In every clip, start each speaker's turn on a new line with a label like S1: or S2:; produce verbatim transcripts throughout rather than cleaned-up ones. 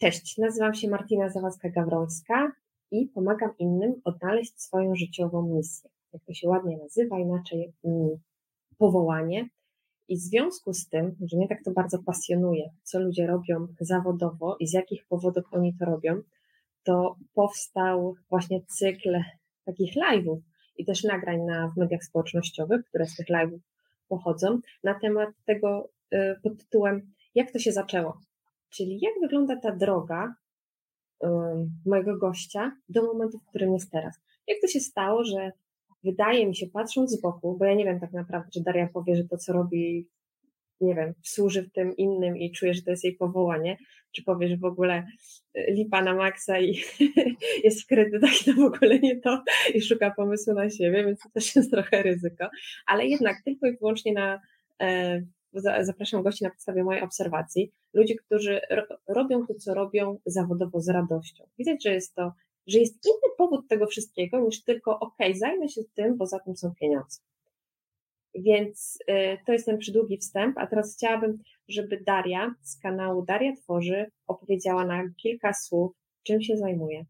S1: Cześć, nazywam się Martina Zawadzka-Gawrońska i pomagam innym odnaleźć swoją życiową misję. Jak to się ładnie nazywa, inaczej mm, powołanie. I w związku z tym, że mnie tak to bardzo pasjonuje, co ludzie robią zawodowo i z jakich powodów oni to robią, to powstał właśnie cykl takich live'ów i też nagrań na, w mediach społecznościowych, które z tych live'ów pochodzą, na temat tego y, pod tytułem Jak to się zaczęło? Czyli jak wygląda ta droga y, mojego gościa do momentu, w którym jest teraz. Jak to się stało, że wydaje mi się, patrząc z boku, bo ja nie wiem tak naprawdę, czy Daria powie, że to, co robi, nie wiem, służy w tym innym i czuje, że to jest jej powołanie, czy powie, że w ogóle lipa na maksa i jest w kredytach i to w ogóle nie to i szuka pomysłu na siebie, więc to też jest trochę ryzyko, ale jednak tylko i wyłącznie na e, zapraszam gości na podstawie mojej obserwacji, ludzi, którzy ro- robią to, co robią zawodowo z radością. Widać, że jest to, że jest inny powód tego wszystkiego niż tylko okej, okay, zajmę się tym, bo za tym są pieniądze. Więc y, to jest ten przydługi wstęp, a teraz chciałabym, żeby Daria z kanału Daria Tworzy opowiedziała nam kilka słów, czym się zajmuje.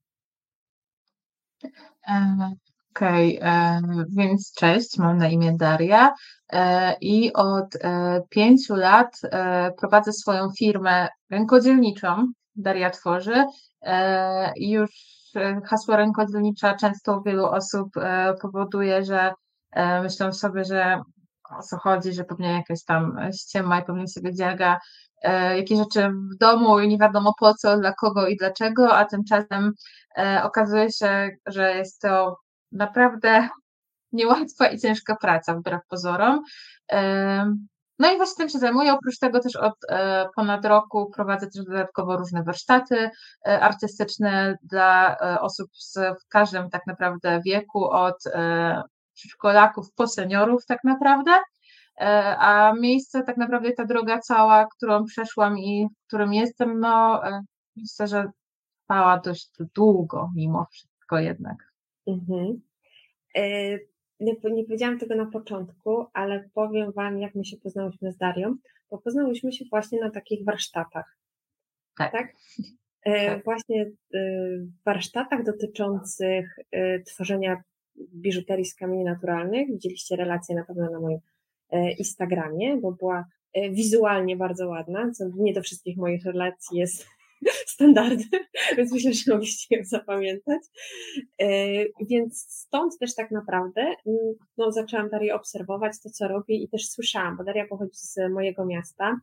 S2: Okej, okay, więc cześć, mam na imię Daria e, i od e, pięciu lat e, prowadzę swoją firmę rękodzielniczą, Daria Tworzy e, i już hasło rękodzielnicza często u wielu osób e, powoduje, że e, myślą sobie, że o co chodzi, że pewnie jakaś tam ściema i pewnie sobie dzierga e, jakieś rzeczy w domu i nie wiadomo po co, dla kogo i dlaczego, a tymczasem e, okazuje się, że jest to naprawdę niełatwa i ciężka praca wbrew pozorom. E, no i właśnie tym się zajmuję. Oprócz tego też od e, ponad roku prowadzę też dodatkowo różne warsztaty e, artystyczne dla e, osób z, w każdym tak naprawdę wieku, od e, przedszkolaków po seniorów tak naprawdę, a miejsce, tak naprawdę ta droga cała, którą przeszłam i w którym jestem, no myślę, że trwała dość długo mimo wszystko jednak.
S1: Mhm. E, nie, nie powiedziałam tego na początku, ale powiem Wam, jak my się poznałyśmy z Darią, bo poznałyśmy się właśnie na takich warsztatach.
S2: Tak.
S1: tak? E, właśnie e, warsztatach dotyczących e, tworzenia biżuterii z kamieni naturalnych. Widzieliście relację na pewno na moim Instagramie, bo była wizualnie bardzo ładna, co nie do wszystkich moich relacji jest standardem, więc myślę, że mogliście ją zapamiętać. Więc stąd też tak naprawdę no, zaczęłam Darię obserwować to, co robi i też słyszałam, bo Daria pochodzi z mojego miasta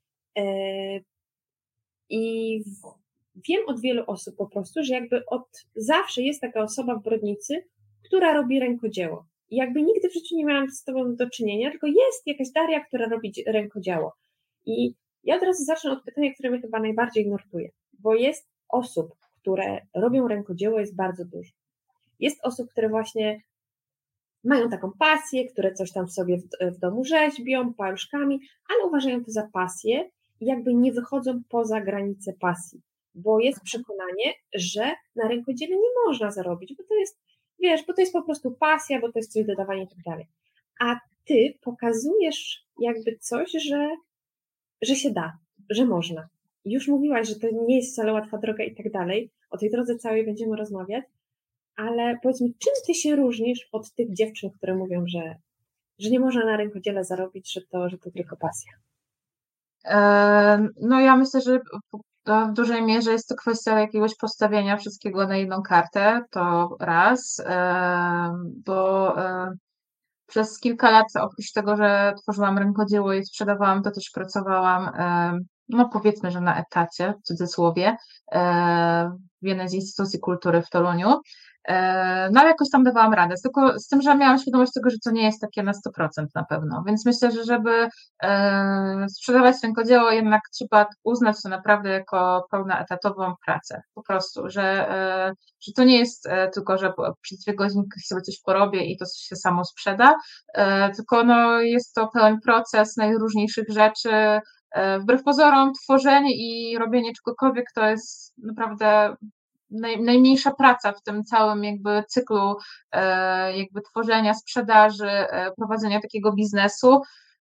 S1: i wiem od wielu osób po prostu, że jakby od zawsze jest taka osoba w Brodnicy, która robi rękodzieło. I jakby nigdy w życiu nie miałam z tobą do czynienia, tylko jest jakaś Daria, która robi rękodzieło. I ja od razu zacznę od pytania, które mnie chyba najbardziej nurtuje, bo jest osób, które robią rękodzieło, jest bardzo dużo. Jest osób, które właśnie mają taką pasję, które coś tam sobie w, w domu rzeźbią, paluszkami, ale uważają to za pasję i jakby nie wychodzą poza granice pasji, bo jest przekonanie, że na rękodziele nie można zarobić, bo to jest Wiesz, bo to jest po prostu pasja, bo to jest coś dodawanie i tak dalej. A ty pokazujesz jakby coś, że, że się da, że można. I już mówiłaś, że to nie jest wcale łatwa droga i tak dalej. O tej drodze całej będziemy rozmawiać, ale powiedz mi, czym ty się różnisz od tych dziewczyn, które mówią, że, że nie można na rękodziele zarobić, że to, że to tylko pasja?
S2: No ja myślę, że w dużej mierze jest to kwestia jakiegoś postawienia wszystkiego na jedną kartę, to raz, bo przez kilka lat, oprócz tego, że tworzyłam rękodzieło i sprzedawałam, to też pracowałam, no powiedzmy, że na etacie, w cudzysłowie, w jednej z instytucji kultury w Toruniu. No ale jakoś tam dawałam radę, tylko z tym, że miałam świadomość tego, że to nie jest takie na sto procent na pewno, więc myślę, że żeby sprzedawać rękodzieło, jednak trzeba uznać to naprawdę jako pełnoetatową pracę, po prostu, że, że to nie jest tylko, że przez dwie godzinki sobie coś porobię i to się samo sprzeda, tylko no jest to pełen proces najróżniejszych rzeczy. Wbrew pozorom tworzenie i robienie czegokolwiek to jest naprawdę naj, najmniejsza praca w tym całym jakby cyklu jakby tworzenia, sprzedaży, prowadzenia takiego biznesu.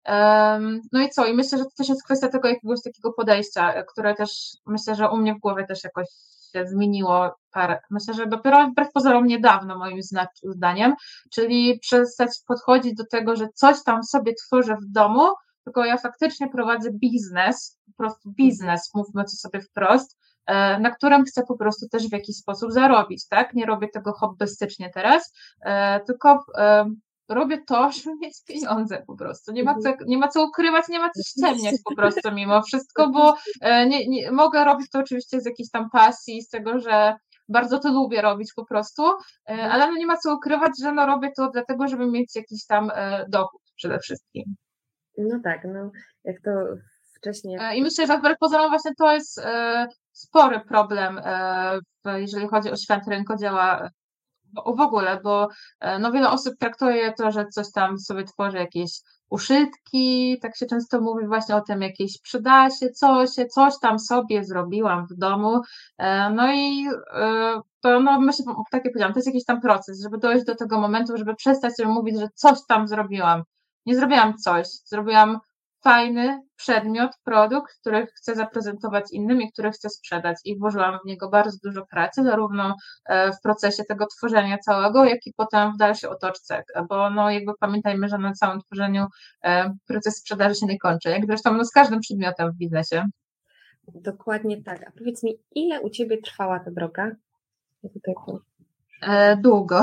S2: No i co? I myślę, że to też jest kwestia tego jakiegoś takiego podejścia, które też myślę, że u mnie w głowie też jakoś się zmieniło parę, myślę, że dopiero wbrew pozorom niedawno moim zdaniem, czyli przestać podchodzić do tego, że coś tam sobie tworzę w domu, tylko ja faktycznie prowadzę biznes, po prostu biznes, mówmy to sobie wprost, na którym chcę po prostu też w jakiś sposób zarobić, tak? Nie robię tego hobbystycznie teraz, tylko robię to, żeby mieć pieniądze po prostu. Nie ma co, nie ma co ukrywać, nie ma co ściemniać po prostu mimo wszystko, bo nie, nie, mogę robić to oczywiście z jakiejś tam pasji, z tego, że bardzo to lubię robić po prostu, ale no nie ma co ukrywać, że no robię to dlatego, żeby mieć jakiś tam dochód przede wszystkim.
S1: No tak, no jak to wcześniej...
S2: I myślę, że wbrew pozorom właśnie to jest spory problem, jeżeli chodzi o świat rękodzieła w ogóle, bo no wiele osób traktuje to, że coś tam sobie tworzy, jakieś uszydki, tak się często mówi właśnie o tym, jakieś przyda się coś, coś tam sobie zrobiłam w domu, no i to no myślę, tak jak powiedziałam, to jest jakiś tam proces, żeby dojść do tego momentu, żeby przestać sobie mówić, że coś tam zrobiłam. Nie zrobiłam coś, zrobiłam fajny przedmiot, produkt, który chcę zaprezentować innym i który chcę sprzedać i włożyłam w niego bardzo dużo pracy, zarówno w procesie tego tworzenia całego, jak i potem w dalszej otoczce, bo no jakby pamiętajmy, że na całym tworzeniu proces sprzedaży się nie kończy, jak zresztą no z każdym przedmiotem w biznesie.
S1: Dokładnie tak. A powiedz mi, ile u Ciebie trwała ta droga? Ja tutaj
S2: e, długo.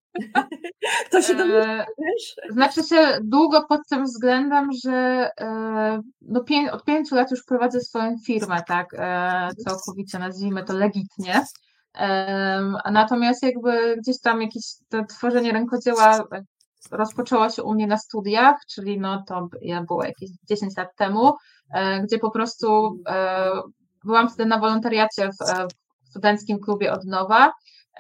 S1: To się domyślasz?
S2: Znaczy się długo pod tym względem, że no, pię- od pięciu lat już prowadzę swoją firmę, tak, całkowicie nazwijmy to legitnie. Natomiast jakby gdzieś tam jakieś to tworzenie rękodzieła rozpoczęło się u mnie na studiach, czyli no to ja było jakieś dziesięć lat temu, gdzie po prostu byłam wtedy na wolontariacie w studenckim klubie Od Nowa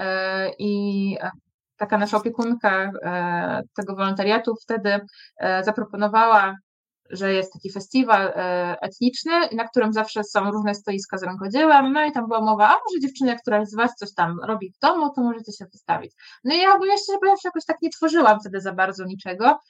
S2: i taka nasza opiekunka tego wolontariatu wtedy zaproponowała, że jest taki festiwal etniczny, na którym zawsze są różne stoiska z rękodziełem, no i tam była mowa, a może dziewczyna, któraś z Was coś tam robi w domu, to możecie się wystawić. No i ja bo jeszcze bo ja jakoś tak nie tworzyłam wtedy za bardzo niczego,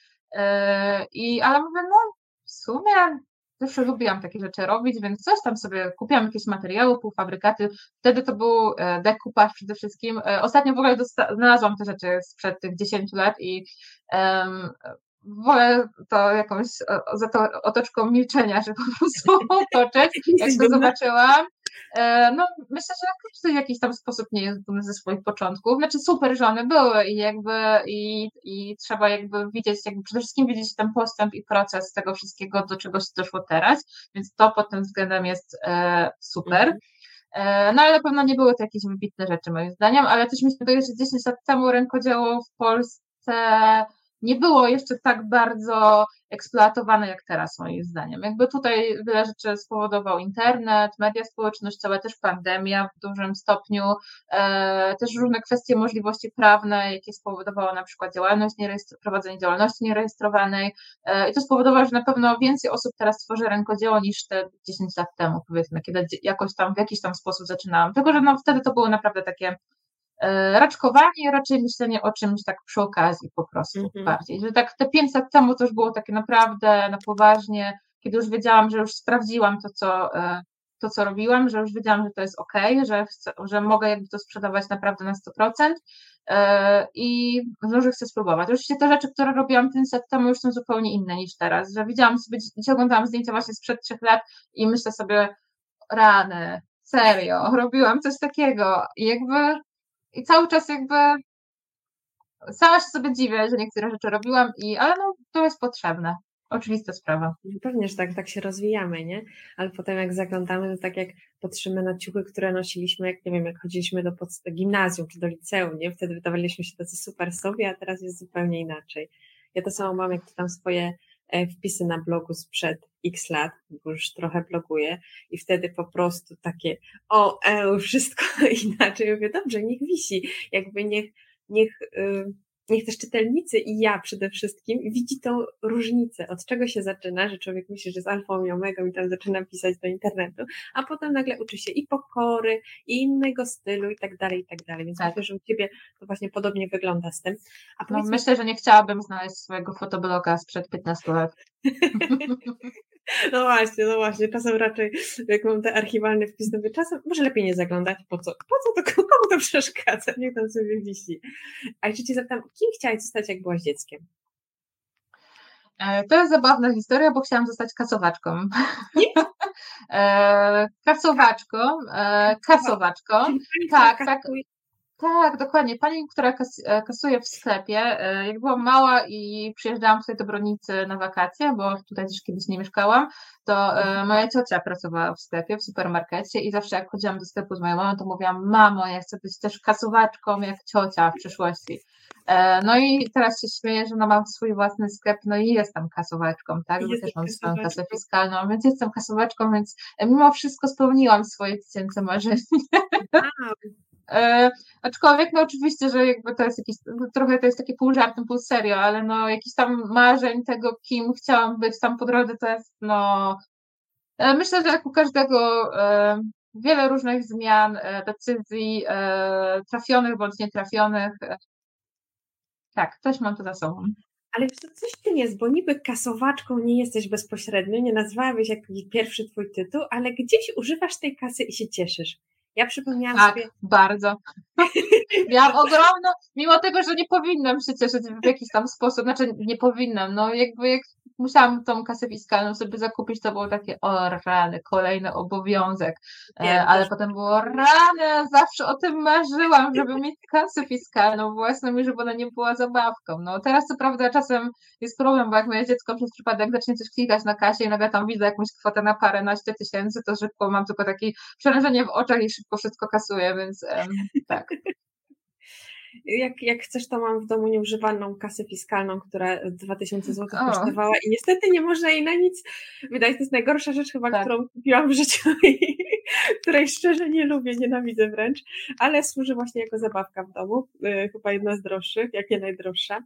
S2: i, ale mówię, no w sumie zawsze lubiłam takie rzeczy robić, więc coś tam sobie kupiłam, jakieś materiały, półfabrykaty. Wtedy to był dekupaż przede wszystkim. Ostatnio w ogóle dosta- znalazłam te rzeczy sprzed tych dziesięciu lat i um, wolę to jakąś za to otoczką milczenia, że po prostu otoczyć, jak to zobaczyłam. No myślę, że każdy w jakiś tam sposób nie jest dumny ze swoich początków. Znaczy super, że one były i jakby i, i trzeba jakby widzieć, jakby przede wszystkim widzieć ten postęp i proces tego wszystkiego, do czego się doszło teraz, więc to pod tym względem jest e, super. E, no ale na pewno nie były to jakieś wybitne rzeczy moim zdaniem, ale też mi się wydaje, że dziesięć lat temu rękodzieło w Polsce nie było jeszcze tak bardzo eksploatowane jak teraz, moim zdaniem. Jakby tutaj wiele rzeczy spowodował internet, media społecznościowe, też pandemia w dużym stopniu, e, też różne kwestie możliwości prawne, jakie spowodowało na przykład działalność prowadzenie działalności nierejestrowanej e, i to spowodowało, że na pewno więcej osób teraz tworzy rękodzieło niż te dziesięć lat temu, powiedzmy, kiedy jakoś tam w jakiś tam sposób zaczynałam. Tylko, że no wtedy to było naprawdę takie raczkowanie, raczej myślenie o czymś tak przy okazji po prostu mm-hmm. bardziej, że tak te pięć lat temu to już było takie naprawdę na poważnie, kiedy już wiedziałam, że już sprawdziłam to, co, to, co robiłam, że już wiedziałam, że to jest okej, że, chcę, że mogę jakby to sprzedawać naprawdę na sto procent i no, że chcę spróbować. Oczywiście te rzeczy, które robiłam pięć lat temu już są zupełnie inne niż teraz, że widziałam sobie, dzisiaj oglądałam zdjęcia właśnie sprzed trzech lat i myślę sobie, rany, serio, robiłam coś takiego i jakby i cały czas jakby sama się sobie dziwię, że niektóre rzeczy robiłam, i, ale no to jest potrzebne. Oczywista sprawa.
S1: Pewnie, że tak, tak się rozwijamy, nie? Ale potem jak zaglądamy, to tak jak patrzymy na ciuchy, które nosiliśmy, jak nie wiem, jak chodziliśmy do podst- gimnazjum czy do liceum, nie? Wtedy wydawaliśmy się tacy super sobie, a teraz jest zupełnie inaczej. Ja to samo mam, jak czytam swoje wpisy na blogu sprzed x lat, bo już trochę bloguję i wtedy po prostu takie o, e, wszystko inaczej. Ja mówię, dobrze, niech wisi, jakby niech, niech, yy, niech też czytelnicy i ja przede wszystkim widzi tą różnicę, od czego się zaczyna, że człowiek myśli, że jest alfą i omegą i tam zaczyna pisać do internetu, a potem nagle uczy się i pokory, i innego stylu i tak dalej, i tak dalej, więc tak. Myślę, że u Ciebie to właśnie podobnie wygląda z tym.
S2: A no, myślę, że nie chciałabym znaleźć swojego fotobloga sprzed piętnastu lat.
S1: No właśnie, no właśnie, czasem raczej, jak mam te archiwalne wpisy, mówię, czasem może lepiej nie zaglądać, po co, po co to, komu to przeszkadza, niech tam sobie wisi. A jeszcze Cię zapytam, kim chciałaś zostać, jak byłaś dzieckiem?
S2: To jest zabawna historia, bo chciałam zostać kasowaczką. kasowaczką, kasowaczką, tak, tak. Tak, dokładnie. Pani, która kas, kasuje w sklepie, jak byłam mała i przyjeżdżałam tutaj do Bronicy na wakacje, bo tutaj też kiedyś nie mieszkałam, to moja ciocia pracowała w sklepie, w supermarkecie i zawsze jak chodziłam do sklepu z moją mamą, to mówiłam, mamo, ja chcę być też kasowaczką jak ciocia w przyszłości. No i teraz się śmieję, że no mam swój własny sklep, no i jestem kasowaczką, tak, bo też mam swoją kasę fiskalną, więc jestem kasowaczką, więc mimo wszystko spełniłam swoje dziecięce marzenie. E, aczkolwiek no oczywiście, że jakby to jest jakiś, trochę to jest takie pół żartem, pół serio, ale no jakiś tam marzeń tego, kim chciałam być tam po drodze, to jest no e, myślę, że jak u każdego e, wiele różnych zmian, e, decyzji e, trafionych bądź nietrafionych. E, tak, coś mam to za sobą.
S1: Ale coś w tym jest, bo niby kasowaczką nie jesteś bezpośrednio, nie nazwałabyś jak pierwszy twój tytuł, ale gdzieś używasz tej kasy i się cieszysz. Ja przypomniałam
S2: tak,
S1: sobie...
S2: bardzo. Miałam ogromną, mimo tego, że nie powinnam się cieszyć w jakiś tam sposób, znaczy nie powinnam, no jakby jak musiałam tą kasę fiskalną sobie zakupić, to było takie, o rany, kolejny obowiązek, e, ale potem było rany, zawsze o tym marzyłam, żeby mieć kasę fiskalną własną i żeby ona nie była zabawką. No teraz co prawda czasem jest problem, bo jak moje dziecko przez przypadek zacznie coś klikać na kasie i nagle tam widzę jakąś kwotę na paręnaście tysięcy, to szybko mam tylko takie przerażenie w oczach i szybko wszystko kasuję, więc um, tak.
S1: Jak, jak chcesz, to mam w domu nieużywaną kasę fiskalną, która dwa tysiące złotych kosztowała i niestety nie można jej na nic wydać. To jest najgorsza rzecz chyba, tak. którą kupiłam w życiu i której szczerze nie lubię, nienawidzę wręcz, ale służy właśnie jako zabawka w domu. Chyba jedna z droższych, jak nie najdroższa.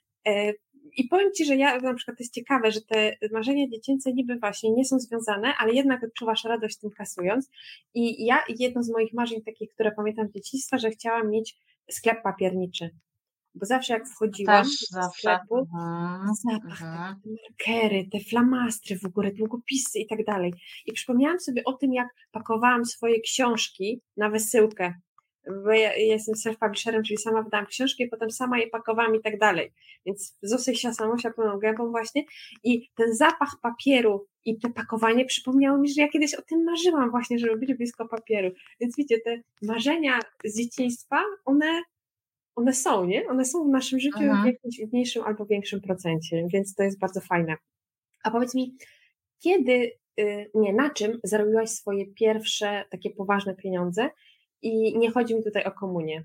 S1: I powiem Ci, że ja na przykład to jest ciekawe, że te marzenia dziecięce niby właśnie nie są związane, ale jednak odczuwasz radość tym kasując. I ja, jedno z moich marzeń takich, które pamiętam z dzieciństwa, że chciałam mieć sklep papierniczy. Bo zawsze jak wchodziłam
S2: Też
S1: do
S2: zawsze.
S1: sklepu,
S2: mhm.
S1: zapach,
S2: mhm.
S1: te markery, te flamastry w ogóle, długopisy i tak dalej. I przypomniałam sobie o tym, jak pakowałam swoje książki na wysyłkę. Bo ja, ja jestem self-publisherem, czyli sama wydałam książki, potem sama je pakowałam i tak dalej. Więc Zosia Samosia pełną gębą właśnie. I ten zapach papieru i to pakowanie przypomniało mi, że ja kiedyś o tym marzyłam właśnie, żeby być blisko papieru. Więc wiecie, te marzenia z dzieciństwa, one, one są, nie? One są w naszym życiu mhm. w jakimś mniejszym albo większym procencie, więc to jest bardzo fajne. A powiedz mi, kiedy, nie, na czym zarobiłaś swoje pierwsze takie poważne pieniądze? I nie chodzi mi tutaj o komunię.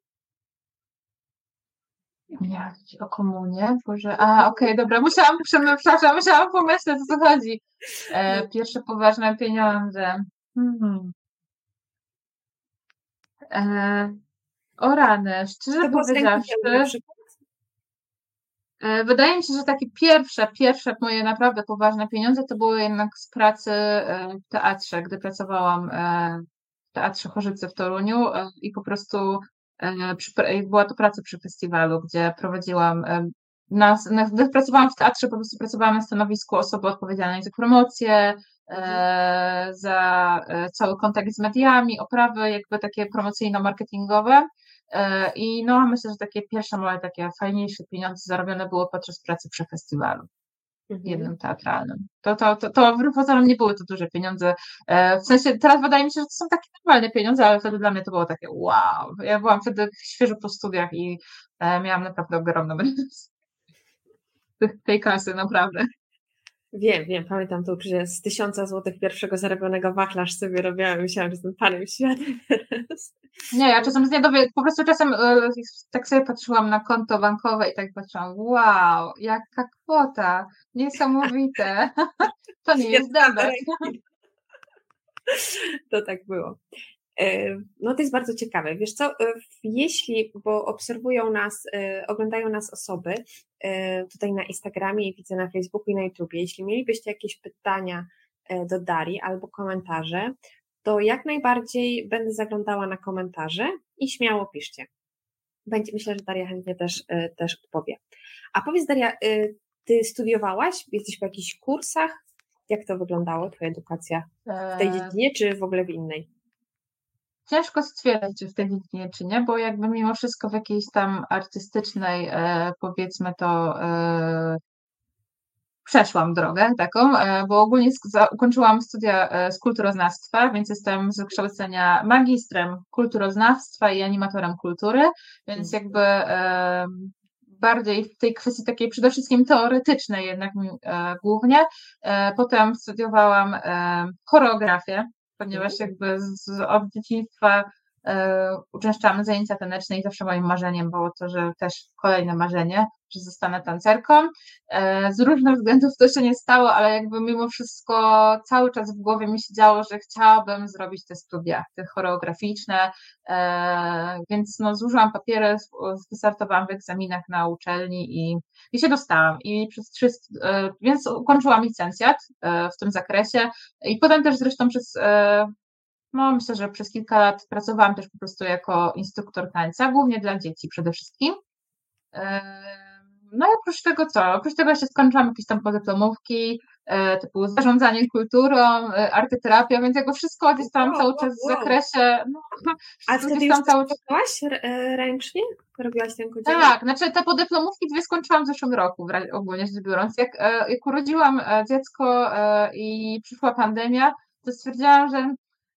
S2: Nie, o komunię? Boże, a okej, okay, dobra, musiałam, przepraszam, musiałam pomyśleć, o co chodzi. E, pierwsze poważne pieniądze. Hmm. E, o rany, szczerze powiedziawszy, e, wydaje mi się, że takie pierwsze, pierwsze moje naprawdę poważne pieniądze to były jednak z pracy e, w teatrze, gdy pracowałam e, w Teatrze Chorzycy w Toruniu e, i po prostu była to praca przy festiwalu, gdzie prowadziłam, na, na, gdy pracowałam w teatrze, po prostu pracowałam na stanowisku osoby odpowiedzialnej za promocję, e, za cały kontakt z mediami, oprawy jakby takie promocyjno-marketingowe e, i no myślę, że takie pierwsze moje takie fajniejsze pieniądze zarobione było podczas pracy przy festiwalu. Mhm. Jednym teatralnym. To, to, to, to wbrew pozorom nie były to duże pieniądze. W sensie teraz wydaje mi się, że to są takie normalne pieniądze, ale wtedy dla mnie to było takie wow. Ja byłam wtedy świeżo po studiach i miałam naprawdę ogromną radość tej kasy, naprawdę.
S1: Wiem, wiem, pamiętam to uczucie z tysiąca złotych pierwszego zarobionego wachlarz sobie robiłam i myślałam, że jestem panem świata teraz.
S2: Nie, ja czasem z niedowiek, po prostu czasem e, tak sobie patrzyłam na konto bankowe i tak patrzyłam, wow, jaka kwota, niesamowite, to nie jest debet.
S1: To tak było. No to jest bardzo ciekawe. Wiesz co, jeśli, bo obserwują nas, oglądają nas osoby tutaj na Instagramie i widzę na Facebooku i na YouTubie, jeśli mielibyście jakieś pytania do Darii albo komentarze, to jak najbardziej będę zaglądała na komentarze i śmiało piszcie. Będzie, myślę, że Daria chętnie też, też odpowie. A powiedz Daria, ty studiowałaś? Jesteś po jakichś kursach? Jak to wyglądało, twoja edukacja w tej dziedzinie, czy w ogóle w innej?
S2: Ciężko stwierdzić, czy w tej dziedzinie, czy nie, bo jakby mimo wszystko w jakiejś tam artystycznej, e, powiedzmy to, e, przeszłam drogę taką, e, bo ogólnie sk- za- ukończyłam studia e, z kulturoznawstwa, więc jestem z wykształcenia magistrem kulturoznawstwa i animatorem kultury, więc jakby e, bardziej w tej kwestii takiej przede wszystkim teoretycznej jednak e, głównie. E, Potem studiowałam e, choreografię, ponieważ jakby z, od dzieciństwa e, uczęszczałam na zajęcia taneczne i zawsze moim marzeniem było to, że też kolejne marzenie, że zostanę tancerką. E, Z różnych względów to się nie stało, ale jakby mimo wszystko cały czas w głowie mi się działo, że chciałabym zrobić te studia, te choreograficzne, e, więc no złożyłam papiery, wystartowałam w egzaminach na uczelni i, i się dostałam. I przez trzy, e, więc ukończyłam licencjat e, w tym zakresie i potem też zresztą przez e, no myślę, że przez kilka lat pracowałam też po prostu jako instruktor tańca, głównie dla dzieci przede wszystkim. No i oprócz tego co? Oprócz tego jeszcze skończyłam jakieś tam podyplomówki, e, typu zarządzanie kulturą, e, artyterapia, więc jakby wszystko gdzieś tam
S1: Wow,
S2: cały
S1: wow,
S2: czas w
S1: wow.
S2: zakresie, no,
S1: A
S2: wszystko
S1: wtedy
S2: gdzieś
S1: już
S2: tam
S1: coś
S2: cały czas.
S1: robiłaś r- ręcznie? Robiłaś ten kodzieło?
S2: Tak, znaczy te podyplomówki dwie skończyłam w zeszłym roku, w ra- ogólnie rzecz biorąc. Jak, e, jak urodziłam e, dziecko e, i przyszła pandemia, to stwierdziłam, że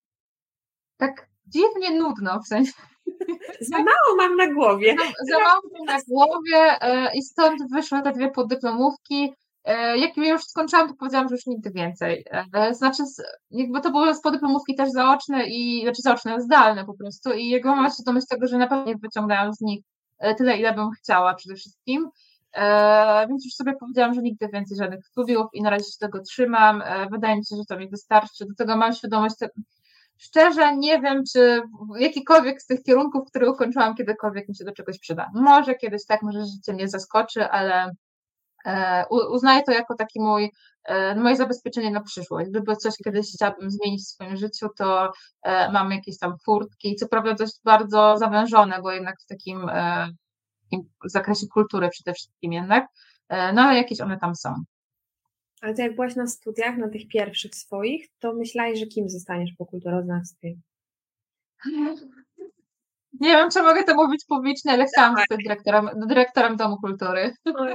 S2: tak dziwnie nudno, w sensie
S1: Za mało mam na głowie.
S2: za, za mało mam na głowie e, i stąd wyszły te dwie podyplomówki. E, jak je już skończyłam, to powiedziałam, że już nigdy więcej. E, znaczy, z- jakby to były z podyplomówki też zaoczne i, znaczy zaoczne, zdalne po prostu i jego mama się domyśla tego, że na pewno nie wyciągnęłam z nich e, tyle, ile bym chciała przede wszystkim. E, więc już sobie powiedziałam, że nigdy więcej żadnych studiów i na razie się tego trzymam. E, wydaje mi się, że to mi wystarczy. Do tego mam świadomość, te- szczerze nie wiem, czy jakikolwiek z tych kierunków, które ukończyłam, kiedykolwiek mi się do czegoś przyda. Może kiedyś tak, może życie mnie zaskoczy, ale e, u- uznaję to jako taki mój, e, moje zabezpieczenie na przyszłość. Gdyby coś kiedyś chciałabym zmienić w swoim życiu, to e, mam jakieś tam furtki, co prawda dość bardzo zawężone, bo jednak w takim, e, takim zakresie kultury przede wszystkim jednak, e, no ale jakieś one tam są.
S1: Ale to jak byłaś na studiach, na tych pierwszych swoich, to myślałaś, że kim zostaniesz po kulturoznawstwie?
S2: Nie wiem, czy mogę to mówić publicznie, ale chciałam
S1: Dawaj.
S2: zostać dyrektorem, dyrektorem Domu Kultury.
S1: Ojej.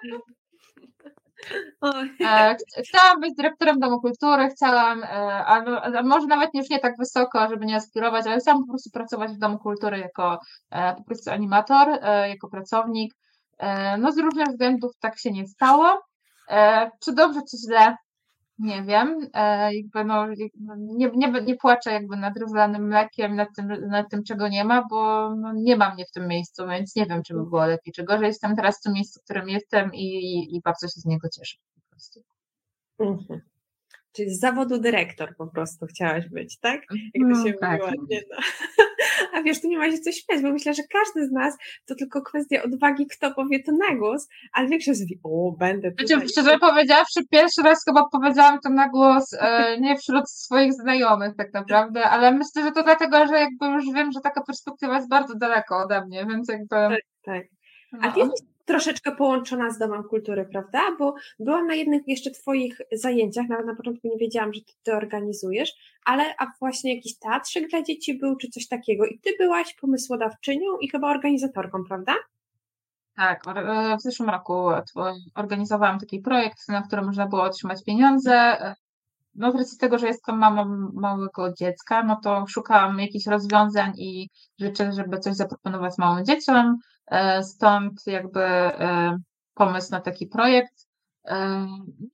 S1: Oj.
S2: E, ch- Chciałam być dyrektorem Domu Kultury, chciałam, e, a, a może nawet już nie tak wysoko, żeby nie aspirować, ale chciałam po prostu pracować w Domu Kultury jako e, po prostu animator, e, jako pracownik. E, No z różnych względów tak się nie stało. E, Czy dobrze, czy źle? Nie wiem. E, Jakby no, jakby nie, nie, nie płaczę jakby nad rozlanym mlekiem, nad tym, nad tym, czego nie ma, bo no, nie ma mnie w tym miejscu, więc nie wiem, czy by było lepiej, czy gorzej. Jestem teraz w tym miejscu, w którym jestem i, i bardzo się z niego cieszę po prostu.
S1: Mhm. Czyli z zawodu dyrektor po prostu chciałaś być, tak? Jak to
S2: Mm,
S1: się
S2: tak.
S1: mówi ładnie. No. A wiesz, tu nie ma się co śmiać, bo myślę, że każdy z nas to tylko kwestia odwagi, kto powie to na głos, ale większość mówi, o, będę tutaj.
S2: Znaczy, szczerze powiedziawszy, pierwszy raz chyba powiedziałam to na głos, e, nie wśród swoich znajomych tak naprawdę, ale myślę, że to dlatego, że jakby już wiem, że taka perspektywa jest bardzo daleko ode mnie, więc jakby
S1: Tak, tak. A ty
S2: no.
S1: jesteś troszeczkę połączona z Domem Kultury, prawda? Bo byłam na jednych jeszcze Twoich zajęciach, nawet na początku nie wiedziałam, że Ty, ty organizujesz, ale a właśnie jakiś teatrzyk dla dzieci był, czy coś takiego i Ty byłaś pomysłodawczynią i chyba organizatorką, prawda?
S2: Tak, or- e, w zeszłym roku tw- organizowałam taki projekt, na który można było otrzymać pieniądze. E, No z racji tego, że jestem mamą małego dziecka, no to szukałam jakichś rozwiązań i życzę, żeby coś zaproponować małym dzieciom. E, Stąd jakby e, pomysł na taki projekt. E,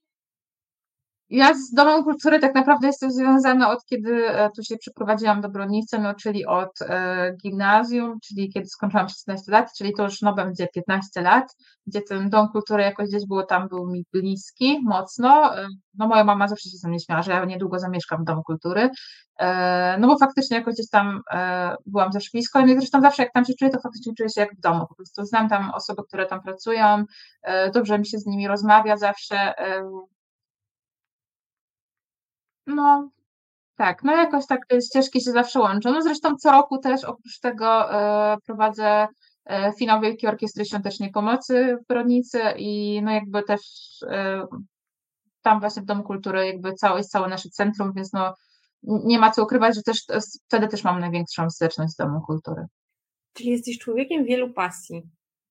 S2: Ja z Domem Kultury tak naprawdę jestem związana od kiedy e, tu się przeprowadziłam do Brodnicy, no czyli od e, gimnazjum, czyli kiedy skończyłam szesnaście lat, czyli to już no będzie piętnaście lat, gdzie ten Dom Kultury jakoś gdzieś było tam, był mi bliski mocno. E, No moja mama zawsze się ze mnie śmiała, że ja niedługo zamieszkam w Domu Kultury, e, no bo faktycznie jakoś gdzieś tam e, byłam zawsze blisko, no i zresztą zawsze jak tam się czuję, to faktycznie czuję się jak w domu, po prostu znam tam osoby, które tam pracują, e, dobrze mi się z nimi rozmawia zawsze. e, No, tak, no jakoś tak te ścieżki się zawsze łączą. No zresztą co roku też oprócz tego e, prowadzę finał Wielkiej Orkiestry Świątecznej Pomocy w Brodnicy i no jakby też tam właśnie w Domu Kultury jakby całe, jest całe nasze centrum, więc no nie ma co ukrywać, że też wtedy też mam największą styczność z Domem Kultury.
S1: Czyli jesteś człowiekiem wielu pasji.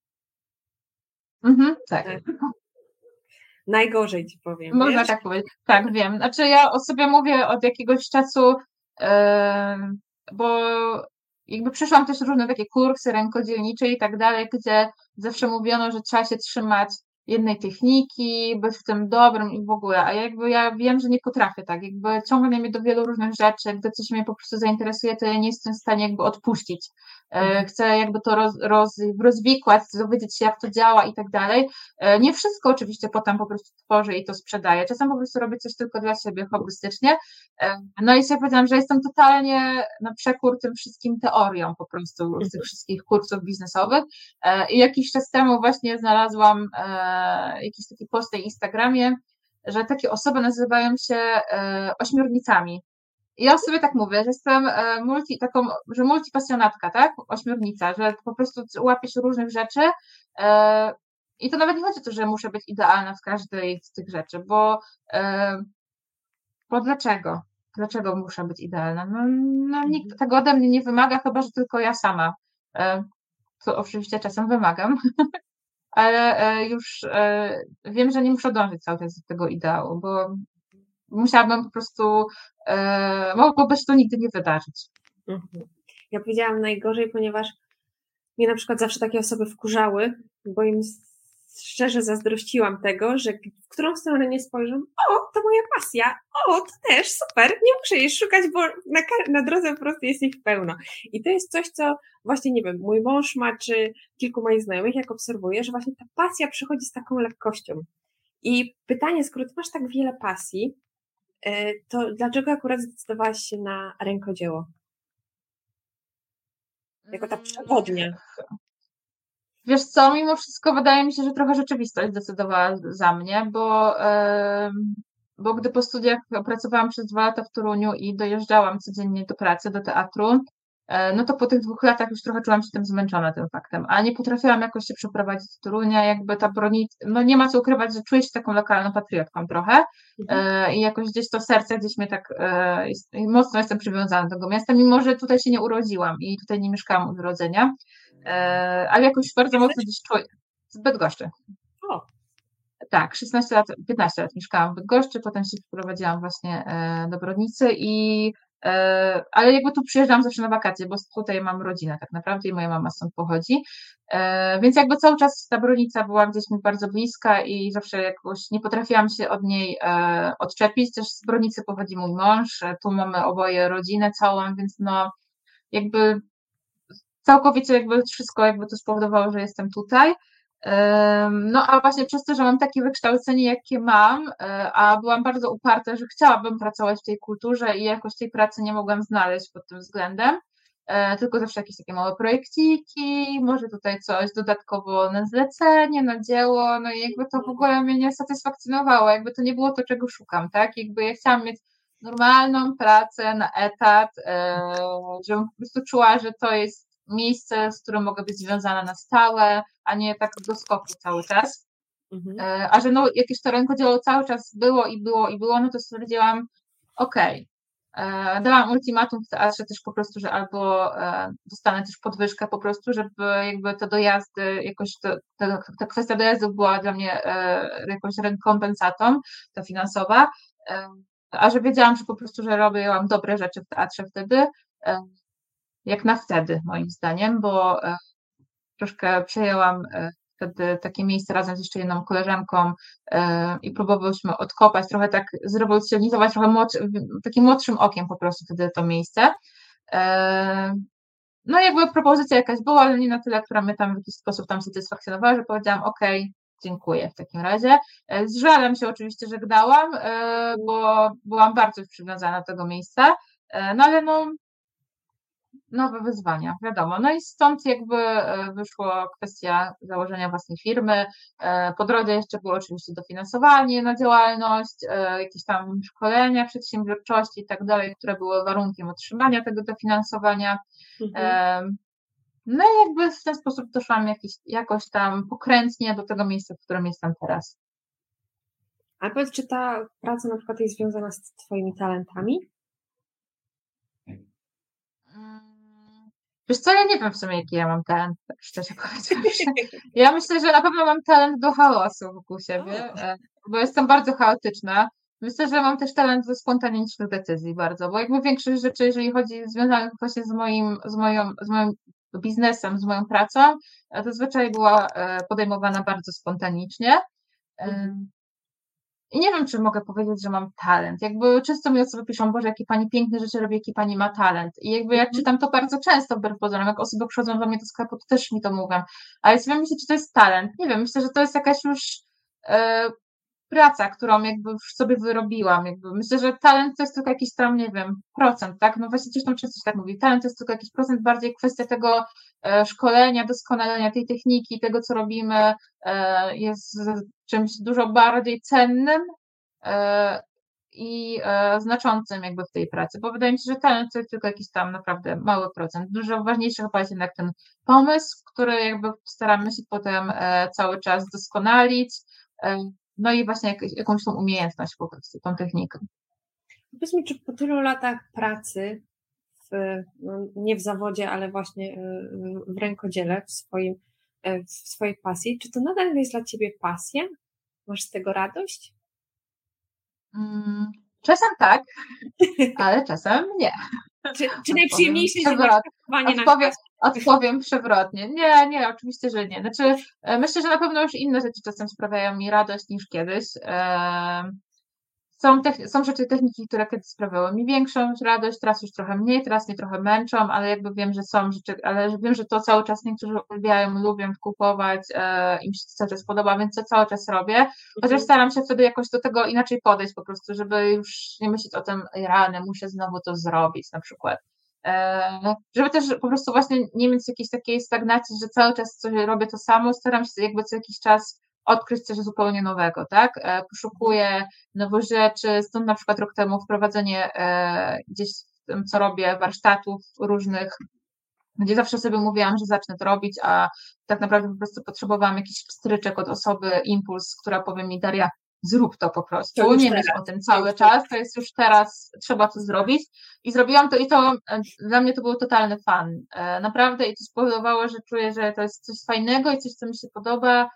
S2: Mhm, tak. tak.
S1: Najgorzej ci powiem.
S2: Można
S1: wiesz?
S2: tak powiedzieć. Tak, wiem. Znaczy ja o sobie mówię od jakiegoś czasu, yy, bo jakby przeszłam też różne takie kursy rękodzielnicze i tak dalej, gdzie zawsze mówiono, że trzeba się trzymać jednej techniki, być w tym dobrym i w ogóle, a jakby ja wiem, że nie potrafię tak, jakby ciągnie mnie do wielu różnych rzeczy, gdy coś mnie po prostu zainteresuje, to ja nie jestem w stanie jakby odpuścić. Mhm. Chcę jakby to roz, roz, rozwikłać, dowiedzieć się, jak to działa i tak dalej. Nie wszystko oczywiście potem po prostu tworzę i to sprzedaję. Czasem po prostu robię coś tylko dla siebie, hobbystycznie. No i sobie powiedziałam, że jestem totalnie na przekór tym wszystkim teoriom po prostu z tych wszystkich kursów biznesowych. I jakiś czas temu właśnie znalazłam jakiś taki post na Instagramie, że takie osoby nazywają się ośmiornicami. I ja sobie tak mówię, że jestem multi, taką, że multipasjonatka, tak? Ośmiornica, że po prostu łapię się różnych rzeczy i to nawet nie chodzi o to, że muszę być idealna w każdej z tych rzeczy, bo, bo dlaczego? Dlaczego muszę być idealna? No, no nikt tego ode mnie nie wymaga, chyba że tylko ja sama. To oczywiście czasem wymagam, ale już wiem, że nie muszę dążyć cały czas do tego ideału, bo musiałabym po prostu, mogłoby się to nigdy nie wydarzyć.
S1: Ja powiedziałam najgorzej, ponieważ mnie na przykład zawsze takie osoby wkurzały, bo im szczerze zazdrościłam tego, że w którą stronę nie spojrzą, o, to moja pasja, o, to też, super, nie muszę jej szukać, bo na, na drodze po prostu jest ich pełno. I to jest coś, co właśnie, nie wiem, mój mąż ma, czy kilku moich znajomych, jak obserwuję, że właśnie ta pasja przychodzi z taką lekkością. I pytanie, skoro ty masz tak wiele pasji, to dlaczego akurat zdecydowałaś się na rękodzieło? Jako ta przewodnia.
S2: Wiesz co, mimo wszystko wydaje mi się, że trochę rzeczywistość zdecydowała za mnie, bo, bo gdy po studiach pracowałam przez dwa lata w Toruniu i dojeżdżałam codziennie do pracy, do teatru, no to po tych dwóch latach już trochę czułam się tym zmęczona tym faktem, a nie potrafiłam jakoś się przeprowadzić do Torunia, jakby ta Brodnica, no nie ma co ukrywać, że czuję się taką lokalną patriotką trochę mhm. i jakoś gdzieś to serce gdzieś mnie tak, jest, mocno jestem przywiązana do tego miasta, mimo że tutaj się nie urodziłam i tutaj nie mieszkałam od urodzenia, ale jakoś bardzo mocno gdzieś czuję, z Bydgoszczy.
S1: O.
S2: Tak, szesnaście lat, piętnaście lat mieszkałam w Bydgoszczy, potem się wprowadziłam właśnie do Brodnicy i ale jakby tu przyjeżdżam zawsze na wakacje, bo tutaj mam rodzinę tak naprawdę i moja mama stąd pochodzi, więc jakby cały czas ta Brodnica była gdzieś mi bardzo bliska i zawsze jakoś nie potrafiłam się od niej odczepić, też z Brodnicy pochodzi mój mąż, tu mamy oboje rodzinę całą, więc no jakby całkowicie jakby wszystko jakby to spowodowało, że jestem tutaj. No a właśnie przez to, że mam takie wykształcenie, jakie mam, a byłam bardzo uparta, że chciałabym pracować w tej kulturze i jakoś tej pracy nie mogłam znaleźć pod tym względem, tylko zawsze jakieś takie małe projekciki, może tutaj coś dodatkowo na zlecenie, na dzieło, no i jakby to w ogóle mnie nie satysfakcjonowało, jakby to nie było to, czego szukam, tak, jakby ja chciałam mieć normalną pracę na etat, żebym po prostu czuła, że to jest miejsce, z którym mogę być związana na stałe, a nie tak do skoku cały czas. Mhm. A że no jakieś to rękodzieło cały czas było i było i było, no to stwierdziłam, okej, okay. Dałam ultimatum w teatrze też po prostu, że albo dostanę też podwyżkę po prostu, żeby jakby te dojazdy, jakoś to, to, ta kwestia dojazdów była dla mnie jakąś rekompensatą, ta finansowa, a że wiedziałam, że po prostu, że robiłam dobre rzeczy w teatrze wtedy, jak na wtedy, moim zdaniem, bo troszkę przejęłam wtedy takie miejsce razem z jeszcze jedną koleżanką i próbowałyśmy odkopać, trochę tak zrewolucjonizować, trochę młodszy, takim młodszym okiem po prostu wtedy to miejsce. No i jakby propozycja jakaś była, ale nie na tyle, która mnie tam w jakiś sposób tam satysfakcjonowała, że powiedziałam, okej, okay, dziękuję w takim razie. Z żalem się oczywiście żegnałam, bo byłam bardzo już przywiązana do tego miejsca, no ale no nowe wyzwania, wiadomo. No i stąd jakby wyszła kwestia założenia własnej firmy. Po drodze jeszcze było oczywiście dofinansowanie na działalność, jakieś tam szkolenia przedsiębiorczości i tak dalej, które były warunkiem otrzymania tego dofinansowania. Mhm. No i jakby w ten sposób doszłam jakiś, jakoś tam pokrętnie do tego miejsca, w którym jestem teraz.
S1: A powiedz, czy ta praca na przykład jest związana z twoimi talentami?
S2: Wiesz co, ja nie wiem w sumie, jaki ja mam talent, tak szczerze powiedziawszy. Ja myślę, że na pewno mam talent do chaosu wokół siebie, bo jestem bardzo chaotyczna. Myślę, że mam też talent do spontanicznych decyzji bardzo, bo jakby większość rzeczy, jeżeli chodzi związanych właśnie z moim, z moją, z moim biznesem, z moją pracą, to zazwyczaj była podejmowana bardzo spontanicznie. Mhm. I nie wiem, czy mogę powiedzieć, że mam talent. Jakby często mi osoby piszą, Boże, jakie pani piękne rzeczy robi, jaki pani ma talent. I jakby ja czytam to bardzo często wbrew pozorom, jak osoby przychodzą do mnie do sklepu, to też mi to mówią. Ale ja myślę, czy to jest talent. Nie wiem, myślę, że to jest jakaś już e, praca, którą jakby już sobie wyrobiłam. Jakby myślę, że talent to jest tylko jakiś tam, nie wiem, procent, tak? No właśnie zresztą często się tak mówi. Talent to jest tylko jakiś procent, bardziej kwestia tego e, szkolenia, doskonalenia tej techniki, tego, co robimy, e, jest czymś dużo bardziej cennym e, i e, znaczącym jakby w tej pracy, bo wydaje mi się, że talent to jest tylko jakiś tam naprawdę mały procent. Dużo ważniejszy chyba jest jednak ten pomysł, który jakby staramy się potem e, cały czas doskonalić, e, no i właśnie jak, jakąś tą umiejętność po prostu, tą technikę.
S1: Powiedz mi, czy po tylu latach pracy, w, no nie w zawodzie, ale właśnie w rękodziele, w, swoim, w swojej pasji, czy to nadal jest dla ciebie pasja? Masz z tego radość?
S2: Mm, czasem tak, ale czasem nie.
S1: Czy, czy najprzyjemniejsze jest
S2: odpowiem, odpowiem przewrotnie. Nie, nie, oczywiście, że nie. Znaczy, myślę, że na pewno już inne rzeczy czasem sprawiają mi radość niż kiedyś. Są, są rzeczy, techniki, które kiedyś sprawiały mi większą radość, teraz już trochę mniej, teraz mnie trochę męczą, ale jakby wiem, że są rzeczy, ale wiem, że to cały czas niektórzy uwielbiają, lubią kupować, e, im się to cały czas podoba, więc to cały czas robię, chociaż staram się wtedy jakoś do tego inaczej podejść po prostu, żeby już nie myśleć o tym, rany, muszę znowu to zrobić na przykład. E, żeby też po prostu właśnie nie mieć jakiejś takiej stagnacji, że cały czas coś robię to samo, staram się jakby co jakiś czas odkryć coś zupełnie nowego, tak? Poszukuję nowych rzeczy, stąd na przykład rok temu wprowadzenie gdzieś w tym, co robię, warsztatów różnych, gdzie zawsze sobie mówiłam, że zacznę to robić, a tak naprawdę po prostu potrzebowałam jakiś pstryczek od osoby, impuls, która powie mi, Daria, zrób to po prostu, to nie myśl o tym cały czas, to jest już teraz, trzeba to zrobić i zrobiłam to i to dla mnie to był totalny fan, naprawdę i to spowodowało, że czuję, że to jest coś fajnego i coś, co mi się podoba.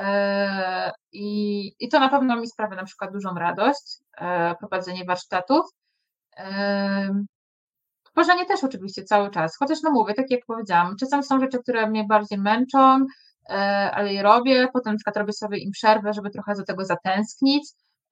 S2: I, I to na pewno mi sprawia na przykład dużą radość, prowadzenie warsztatów. Tworzenie też oczywiście cały czas, chociaż no mówię, tak jak powiedziałam, czasem są rzeczy, które mnie bardziej męczą, ale je robię, potem na przykład robię sobie im przerwę, żeby trochę do tego zatęsknić.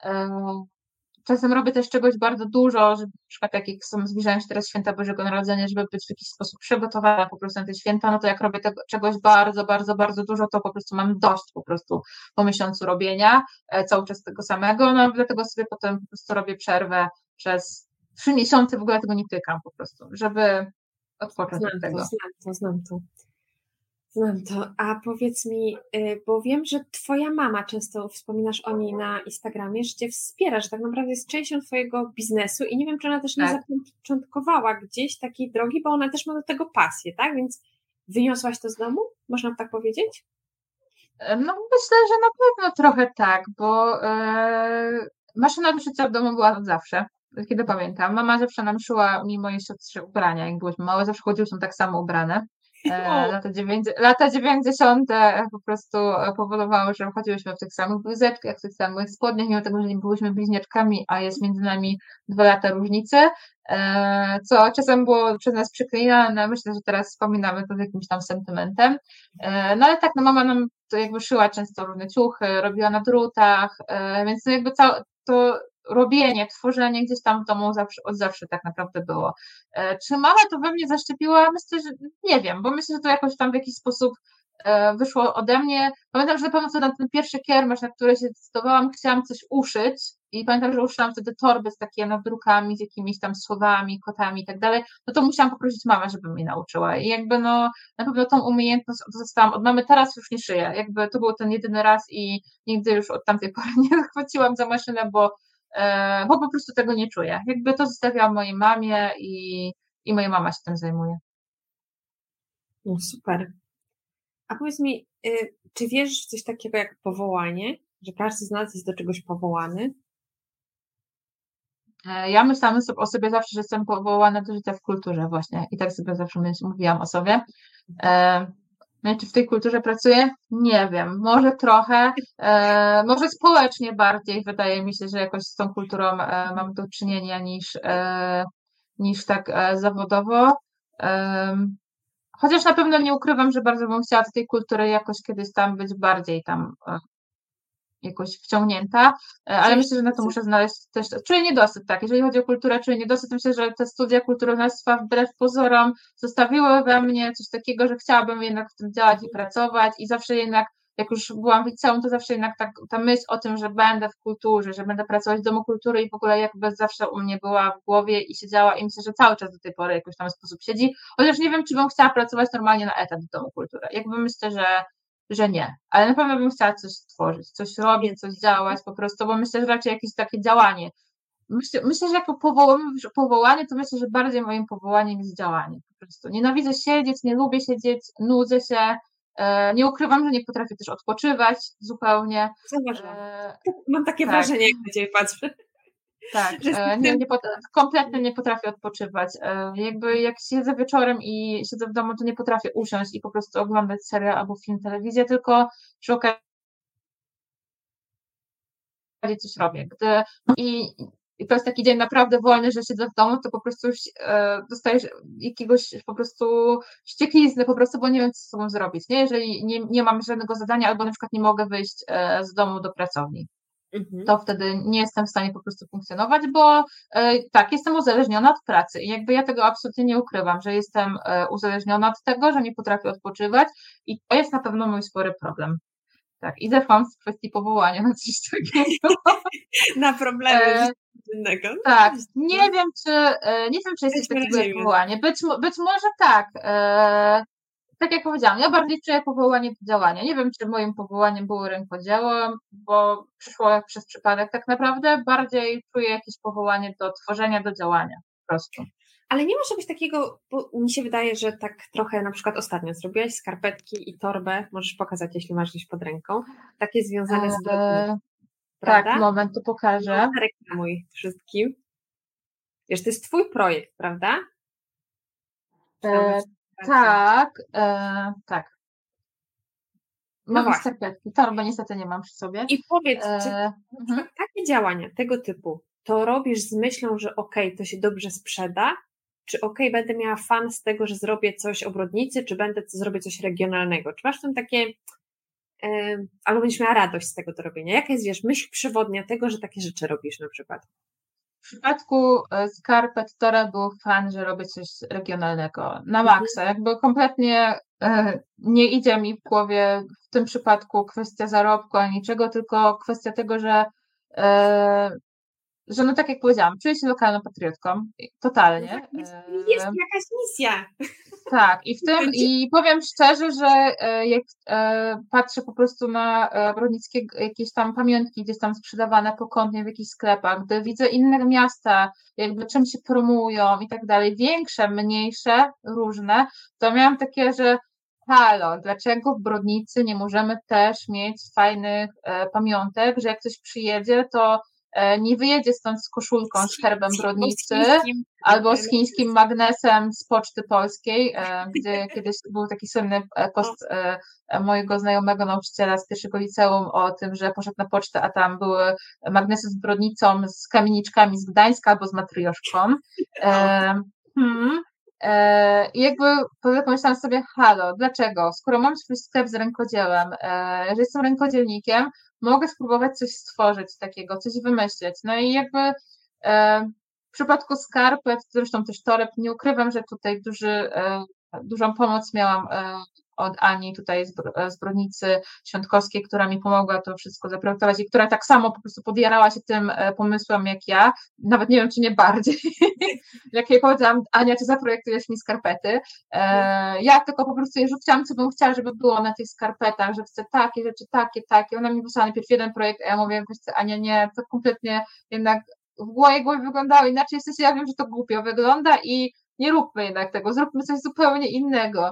S2: Czasem robię też czegoś bardzo dużo, żeby na przykład jak są, zbliżają się teraz święta Bożego Narodzenia, żeby być w jakiś sposób przygotowana po prostu na te święta, no to jak robię tego, czegoś bardzo, bardzo, bardzo dużo, to po prostu mam dość po prostu po miesiącu robienia, cały czas tego samego, no dlatego sobie potem po prostu robię przerwę przez trzy miesiące, w ogóle tego nie tykam po prostu, żeby odpocząć
S1: znam
S2: od tego.
S1: To, znam to, znam to. Znam to. A powiedz mi, bo wiem, że twoja mama, często wspominasz o niej na Instagramie, że cię wspiera, że tak naprawdę jest częścią twojego biznesu i nie wiem, czy ona też nie tak. zapoczątkowała gdzieś takiej drogi, bo ona też ma do tego pasję, tak? Więc wyniosłaś to z domu? Można tak powiedzieć?
S2: No myślę, że na pewno trochę tak, bo e, maszyna do szycia w domu była od zawsze. Kiedy pamiętam, mama zawsze nam szyła mi moje siostrze ubrania, jak byłyśmy małe, zawsze chodziłyśmy tak samo ubrane. Lata, dziewięćdziesiąte, lata dziewięćdziesiąte po prostu powodowały, że chodziłyśmy w tych samych bluzeczkach, w tych samych spodniach, mimo tego, że nie byłyśmy bliźniaczkami, a jest między nami dwa lata różnicy, co czasem było przez nas przeklinane, myślę, że teraz wspominamy to z jakimś tam sentymentem. No ale tak, no mama nam to jakby szyła często różne ciuchy, robiła na drutach, więc to jakby całe to robienie, tworzenie gdzieś tam w domu zawsze, od zawsze tak naprawdę było. Czy mama to we mnie zaszczepiła? Myślę, że nie wiem, bo myślę, że to jakoś tam w jakiś sposób wyszło ode mnie. Pamiętam, że na pewno wtedy na ten pierwszy kiermasz, na który się zdecydowałam, chciałam coś uszyć i pamiętam, że uszyłam wtedy torby z takimi nadrukami, z jakimiś tam słowami, kotami i tak dalej, no to musiałam poprosić mamę, żeby mnie nauczyła i jakby no na pewno tą umiejętność dostałam od mamy, teraz już nie szyję, jakby to był ten jedyny raz i nigdy już od tamtej pory nie chwyciłam za maszynę, bo bo po prostu tego nie czuję. Jakby to zostawiałam mojej mamie i, i moja mama się tym zajmuje.
S1: No super. A powiedz mi, czy wierzysz w coś takiego jak powołanie, że każdy z nas jest do czegoś powołany?
S2: Ja myślałam o sobie zawsze, że jestem powołana do życia w kulturze właśnie i tak sobie zawsze mówiłam o sobie. No i czy w tej kulturze pracuję? Nie wiem, może trochę, może społecznie bardziej wydaje mi się, że jakoś z tą kulturą mam do czynienia niż, niż tak zawodowo. Chociaż na pewno nie ukrywam, że bardzo bym chciała do tej kultury jakoś kiedyś tam być bardziej tam jakoś wciągnięta, ale myślę, że na to muszę znaleźć też, czuję niedosyt, tak, jeżeli chodzi o kulturę, czuję niedosyt, myślę, że te studia kulturoznawstwa wbrew pozorom zostawiły we mnie coś takiego, że chciałabym jednak w tym działać i pracować i zawsze jednak, jak już byłam w liceum, to zawsze jednak tak, ta myśl o tym, że będę w kulturze, że będę pracować w Domu Kultury i w ogóle jakby zawsze u mnie była w głowie i siedziała i myślę, że cały czas do tej pory jakoś tam w sposób siedzi, chociaż nie wiem, czy bym chciała pracować normalnie na etat w Domu Kultury, jakby myślę, że że nie, ale na pewno bym chciała coś stworzyć, coś robić, coś działać po prostu, bo myślę, że raczej jakieś takie działanie. Myślę, myślę że jako powołanie, powołanie, to myślę, że bardziej moim powołaniem jest działanie po prostu. Nienawidzę siedzieć, nie lubię siedzieć, nudzę się, e, nie ukrywam, że nie potrafię też odpoczywać zupełnie.
S1: Zauważyłam. E, Mam takie tak. wrażenie, jak na Ciebie patrzę.
S2: Tak, nie, nie pot- kompletnie nie potrafię odpoczywać. Jakby jak siedzę wieczorem i siedzę w domu, to nie potrafię usiąść i po prostu oglądać serial albo film, telewizję, tylko przy okazji coś robię. Gdy, i, I to jest taki dzień naprawdę wolny, że siedzę w domu, to po prostu e, dostajesz jakiegoś po prostu ścieklizny po prostu, bo nie wiem, co z sobą zrobić, nie? Jeżeli nie, nie mam żadnego zadania albo na przykład nie mogę wyjść e, z domu do pracowni. To wtedy nie jestem w stanie po prostu funkcjonować, bo e, tak, jestem uzależniona od pracy i jakby ja tego absolutnie nie ukrywam, że jestem e, uzależniona od tego, że nie potrafię odpoczywać i to jest na pewno mój spory problem. Tak, i zeszłam z kwestii powołania na coś takiego.
S1: Na problemy e, innego.
S2: Tak, nie wiem, czy e, nie wiem, czy jest coś takiego jak powołanie. Być, być może tak. E, Tak jak powiedziałam, ja bardziej czuję powołanie do działania. Nie wiem, czy moim powołaniem było rękodzieło, bo przyszło jak przez przypadek tak naprawdę. Bardziej czuję jakieś powołanie do tworzenia, do działania po prostu.
S1: Ale nie może być takiego, bo mi się wydaje, że tak trochę na przykład ostatnio zrobiłaś skarpetki i torbę, możesz pokazać, jeśli masz gdzieś pod ręką, takie związane z brodem.
S2: Tak, moment, to pokażę.
S1: No, reklamuj wszystkim. Wiesz, to jest twój projekt, prawda?
S2: E, tak, e, tak. Mam no skarpetki, torbę niestety nie mam przy sobie.
S1: I powiedz, e, czy mhm. takie działania tego typu to robisz z myślą, że okej, okay, to się dobrze sprzeda, czy okej, okay, będę miała fan z tego, że zrobię coś o brodnicy, czy będę zrobię coś regionalnego? Czy masz w tym takie, e, albo będziesz miała radość z tego do robienia? Jaka jest, wiesz, myśl przewodnia tego, że takie rzeczy robisz na przykład?
S2: W przypadku skarpet toreb był fan, że robię coś regionalnego na maksa, jakby kompletnie e, nie idzie mi w głowie w tym przypadku kwestia zarobku ani niczego, tylko kwestia tego, że e, że no tak jak powiedziałam, czuję się lokalną patriotką, totalnie.
S1: Jest, jest jakaś misja.
S2: Tak, i w tym, i powiem szczerze, że jak patrzę po prostu na brodnickie jakieś tam pamiątki gdzieś tam sprzedawane pokątnie w jakichś sklepach, gdy widzę inne miasta, jakby czym się promują i tak dalej, większe, mniejsze, różne, to miałam takie, że halo, dlaczego w Brodnicy nie możemy też mieć fajnych pamiątek, że jak ktoś przyjedzie, to nie wyjedzie stąd z koszulką z herbem Brodnicy albo z chińskim magnesem z Poczty Polskiej, gdzie kiedyś był taki słynny post mojego znajomego nauczyciela z pierwszego liceum o tym, że poszedł na pocztę, a tam były magnesy z Brodnicą, z kamieniczkami z Gdańska albo z matrioszką. Hmm. I jakby pomyślałam sobie, halo, dlaczego? Skoro mam swój sklep z rękodziełem, że jestem rękodzielnikiem, mogę spróbować coś stworzyć takiego, coś wymyśleć. No i jakby w przypadku skarpet, zresztą też toreb, nie ukrywam, że tutaj duży, dużą pomoc miałam od Ani tutaj z Brodnicy Świątkowskiej, która mi pomogła to wszystko zaprojektować i która tak samo po prostu podjarała się tym pomysłem jak ja, nawet nie wiem, czy nie bardziej. Jak jej powiedziałam, Ania, czy zaprojektujesz mi skarpety? Ja tylko po prostu jej rzuciłam, co bym chciała, żeby było na tych skarpetach, że chcę takie rzeczy, takie, takie. Ona mi wysłała najpierw jeden projekt, a ja mówię, wiesz, Ania, nie, to kompletnie jednak w mojej głowie wyglądało inaczej, w sensie ja wiem, że to głupio wygląda i nie róbmy jednak tego, zróbmy coś zupełnie innego.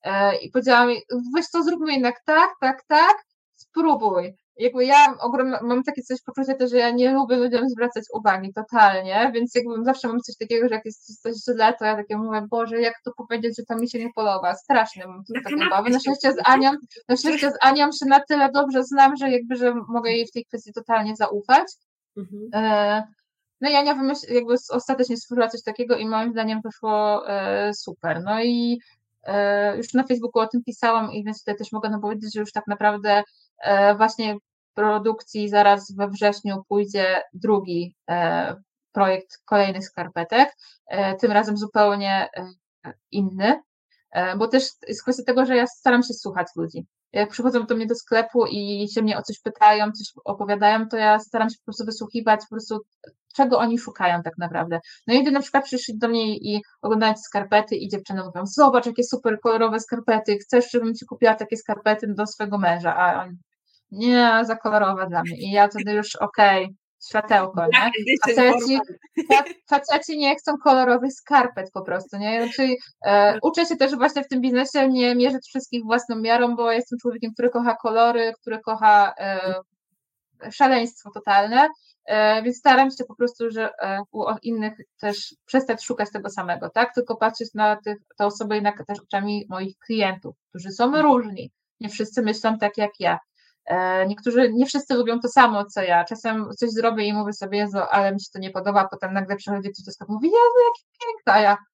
S2: i powiedziała mi, weź to zróbmy jednak tak, tak, tak, spróbuj. Jakby ja ogromne, mam takie coś poczucie też, że ja nie lubię ludziom zwracać uwagi totalnie, więc jakby zawsze mam coś takiego, że jak jest coś źle, to ja takie mówię, Boże, jak to powiedzieć, że to mi się nie podoba. Strasznie mam
S1: Na
S2: takie
S1: kanapie
S2: obawy. Na
S1: się
S2: szczęście z
S1: mówi,
S2: Anią, na szczęście z Anią się na tyle dobrze znam, że jakby, że mogę jej w tej kwestii totalnie zaufać.
S1: Mhm.
S2: E, No i Ania wymyśl, jakby ostatecznie stworzyła coś takiego i moim zdaniem wyszło e, super. No i e, już na Facebooku o tym pisałam i więc tutaj też mogę nam powiedzieć, że już tak naprawdę e, właśnie w produkcji zaraz we wrześniu pójdzie drugi e, projekt kolejnych skarpetek, e, tym razem zupełnie e, inny, e, bo też jest kwestia tego, że ja staram się słuchać ludzi. Jak przychodzą do mnie do sklepu i się mnie o coś pytają, coś opowiadają, to ja staram się po prostu wysłuchiwać po prostu czego oni szukają tak naprawdę. No i gdy na przykład przyszli do mnie i oglądając skarpety i dziewczyny mówią, zobacz jakie super kolorowe skarpety, chcesz, żebym ci kupiła takie skarpety do swojego męża, a on, nie, za kolorowe dla mnie. I ja wtedy już okej, okay, światełko, nie? Faceci, faceci nie chcą kolorowych skarpet po prostu, nie? Znaczy, e, uczę się też właśnie w tym biznesie nie mierzyć wszystkich własną miarą, bo jestem człowiekiem, który kocha kolory, który kocha e, szaleństwo totalne, więc staram się po prostu, że u innych też przestać szukać tego samego, tak? Tylko patrzeć na tych, te osoby jednak też oczami moich klientów, którzy są różni. Nie wszyscy myślą tak jak ja. Niektórzy, nie wszyscy lubią to samo, co ja. Czasem coś zrobię i mówię sobie, Jezu, ale mi się to nie podoba, a potem nagle przychodzi ktoś do sklepu i mówi, Jezu, jakie piękne, a ja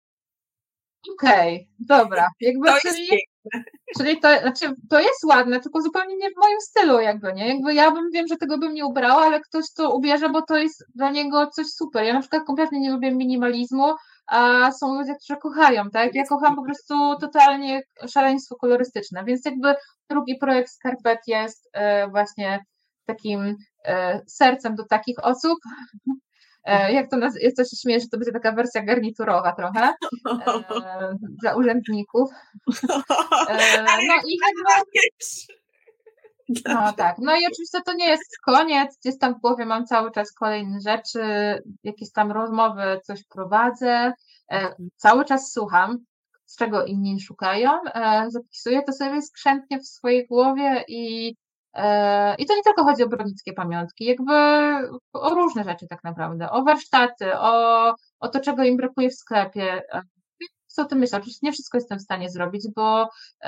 S2: okej, okay, dobra, jakby
S1: to
S2: czyli,
S1: jest
S2: czyli to, znaczy, to jest ładne, tylko zupełnie nie w moim stylu jakby, nie? Jakby ja bym, wiem, że tego bym nie ubrała, ale ktoś to ubierze, bo to jest dla niego coś super. Ja na przykład kompletnie nie lubię minimalizmu, a są ludzie, którzy kochają, tak? Ja kocham po prostu totalnie szaleństwo kolorystyczne, więc jakby drugi projekt Skarpet jest e, właśnie takim e, sercem do takich osób. Jak to, naz- jak to się śmieje, że to będzie taka wersja garniturowa trochę e, dla urzędników. E, no i no tak, no i oczywiście to nie jest koniec, gdzieś tam w głowie mam cały czas kolejne rzeczy, jakieś tam rozmowy, coś prowadzę, e, cały czas słucham, z czego inni szukają, e, zapisuję to sobie skrzętnie w swojej głowie i I to nie tylko chodzi o brodnickie pamiątki, jakby o różne rzeczy tak naprawdę, o warsztaty, o, o to, czego im brakuje w sklepie. Co o tym myślę? Oczywiście nie wszystko jestem w stanie zrobić, bo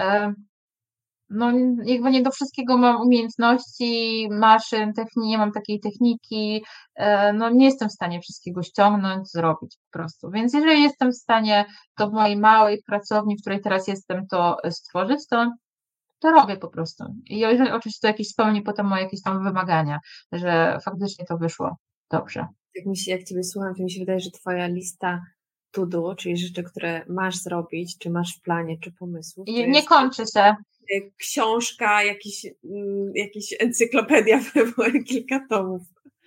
S2: no, jakby nie do wszystkiego mam umiejętności, maszyn, techniki, nie mam takiej techniki, no nie jestem w stanie wszystkiego ściągnąć, zrobić po prostu. Więc jeżeli jestem w stanie to w mojej małej pracowni, w której teraz jestem, to stworzyć, to to robię po prostu. I jeżeli oczywiście to jakieś spełni potem moje jakieś tam wymagania, że faktycznie to wyszło dobrze.
S1: Jak, mi się, jak Ciebie słucham, to mi się wydaje, że Twoja lista to do, czyli rzeczy, które masz zrobić, czy masz w planie, czy pomysłów.
S2: I nie kończy się.
S1: Książka, jakiś, jakiś encyklopedia, kilka tomów.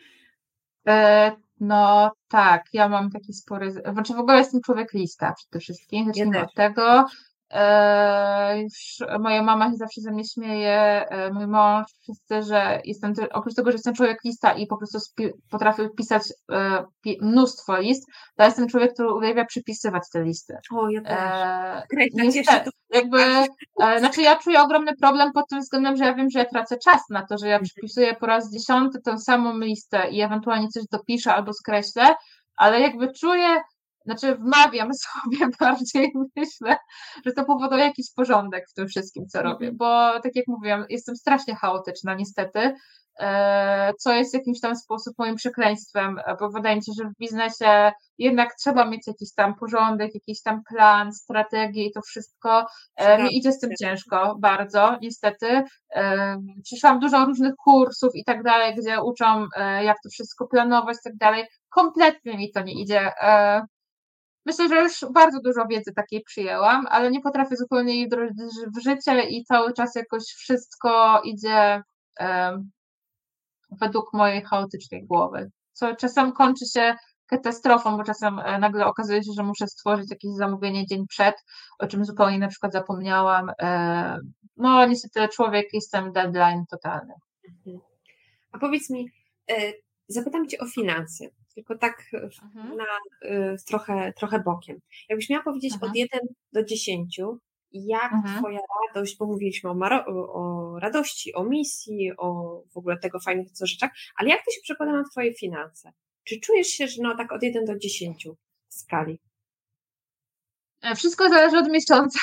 S2: E, no tak, ja mam taki spory, znaczy w ogóle jestem człowiek lista przede wszystkim, zacznijmy
S1: Ja
S2: od tego. E, już moja mama się zawsze ze mnie śmieje, e, mój mąż, wszyscy, że jestem, oprócz tego, że jestem człowiek lista i po prostu spi- potrafię pisać e, pi- mnóstwo list, to jestem człowiek, który uwielbia przypisywać te listy.
S1: O, ja też.
S2: E,
S1: Niestety,
S2: jeszcze to... jakby, e, znaczy ja czuję ogromny problem pod tym względem, że ja wiem, że ja tracę czas na to, że ja przypisuję po raz dziesiąty tę samą listę i ewentualnie coś dopiszę albo skreślę, ale jakby czuję, znaczy wmawiam sobie bardziej, myślę, że to powoduje jakiś porządek w tym wszystkim, co robię, bo tak jak mówiłam, jestem strasznie chaotyczna niestety, co jest jakimś tam sposób moim przekleństwem, bo wydaje mi się, że w biznesie jednak trzeba mieć jakiś tam porządek, jakiś tam plan, strategię i to wszystko. Mi idzie z tym ciężko, bardzo, niestety. Przeszłam dużo różnych kursów i tak dalej, gdzie uczą, jak to wszystko planować i tak dalej. Kompletnie mi to nie idzie. Myślę, że już bardzo dużo wiedzy takiej przyjęłam, ale nie potrafię zupełnie jej wdrożyć w życie i cały czas jakoś wszystko idzie według mojej chaotycznej głowy, co czasem kończy się katastrofą, bo czasem nagle okazuje się, że muszę stworzyć jakieś zamówienie dzień przed, o czym zupełnie na przykład zapomniałam. No niestety człowiek, jestem deadline totalny.
S1: A powiedz mi, zapytam Cię o finanse, tylko tak mhm. na, trochę, trochę bokiem. Jakbyś miała powiedzieć mhm. od jeden do dziesięciu, jak
S2: Mhm.
S1: twoja radość, bo mówiliśmy o, maro- o radości, o misji, o w ogóle tego fajnych co rzeczach, ale jak to się przekłada na twoje finanse? Czy czujesz się, że no tak od jeden do dziesięciu w skali?
S2: Wszystko zależy od miesiąca.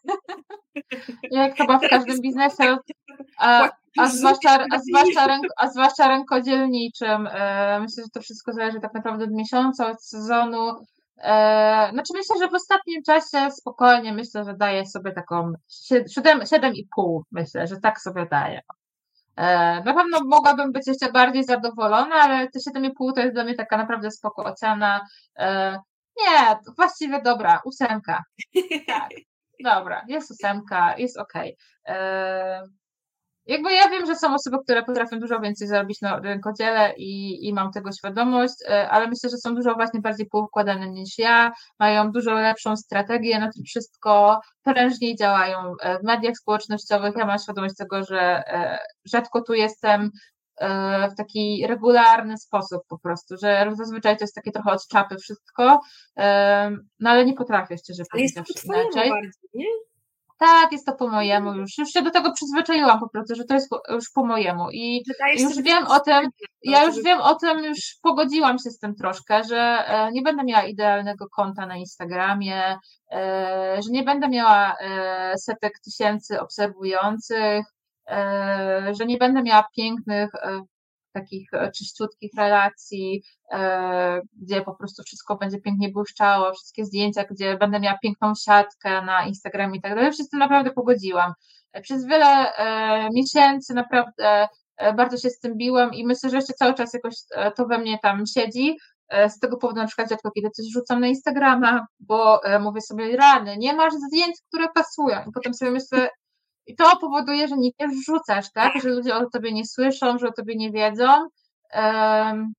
S2: Jak chyba w każdym biznesie, a, a, zwłaszcza, a, zwłaszcza, ręk, a zwłaszcza rękodzielniczym. E, myślę, że to wszystko zależy tak naprawdę od miesiąca, od sezonu. E, znaczy myślę, że w ostatnim czasie spokojnie myślę, że daję sobie taką siedem i pół, myślę, że tak sobie daję. E, na pewno mogłabym być jeszcze bardziej zadowolona, ale te siedem i pół to jest dla mnie taka naprawdę spoko ocena. E, nie, właściwie dobra, ósemka. Tak. Dobra, jest ósemka, jest okej. Okay. Jakby ja wiem, że są osoby, które potrafią dużo więcej zarobić na rękodziele i, i mam tego świadomość, ale myślę, że są dużo właśnie bardziej poukładane niż ja, mają dużo lepszą strategię na to wszystko, prężniej działają w mediach społecznościowych. Ja mam świadomość tego, że rzadko tu jestem w taki regularny sposób po prostu, że zazwyczaj to jest takie trochę od czapy wszystko, no ale nie potrafię szczerze powiedziawszy inaczej.
S1: Bardziej, nie?
S2: Tak, jest to po mojemu już. Już się do tego przyzwyczaiłam po prostu, że to jest już po mojemu. I już wiem o tym, ja już wiem o tym, już pogodziłam się z tym troszkę, że nie będę miała idealnego konta na Instagramie, że nie będę miała setek tysięcy obserwujących, że nie będę miała pięknych, takich czyściutkich relacji, gdzie po prostu wszystko będzie pięknie błyszczało, wszystkie zdjęcia, gdzie będę miała piękną siatkę na Instagramie i tak dalej. Już się z tym naprawdę pogodziłam. Przez wiele miesięcy naprawdę bardzo się z tym biłam i myślę, że jeszcze cały czas jakoś to we mnie tam siedzi. Z tego powodu na przykład rzadko kiedy coś rzucam na Instagrama, bo mówię sobie, rany, nie masz zdjęć, które pasują. I potem sobie myślę, i to powoduje, że nikt nie wrzucasz, tak? Że ludzie o tobie nie słyszą, że o tobie nie wiedzą. Um,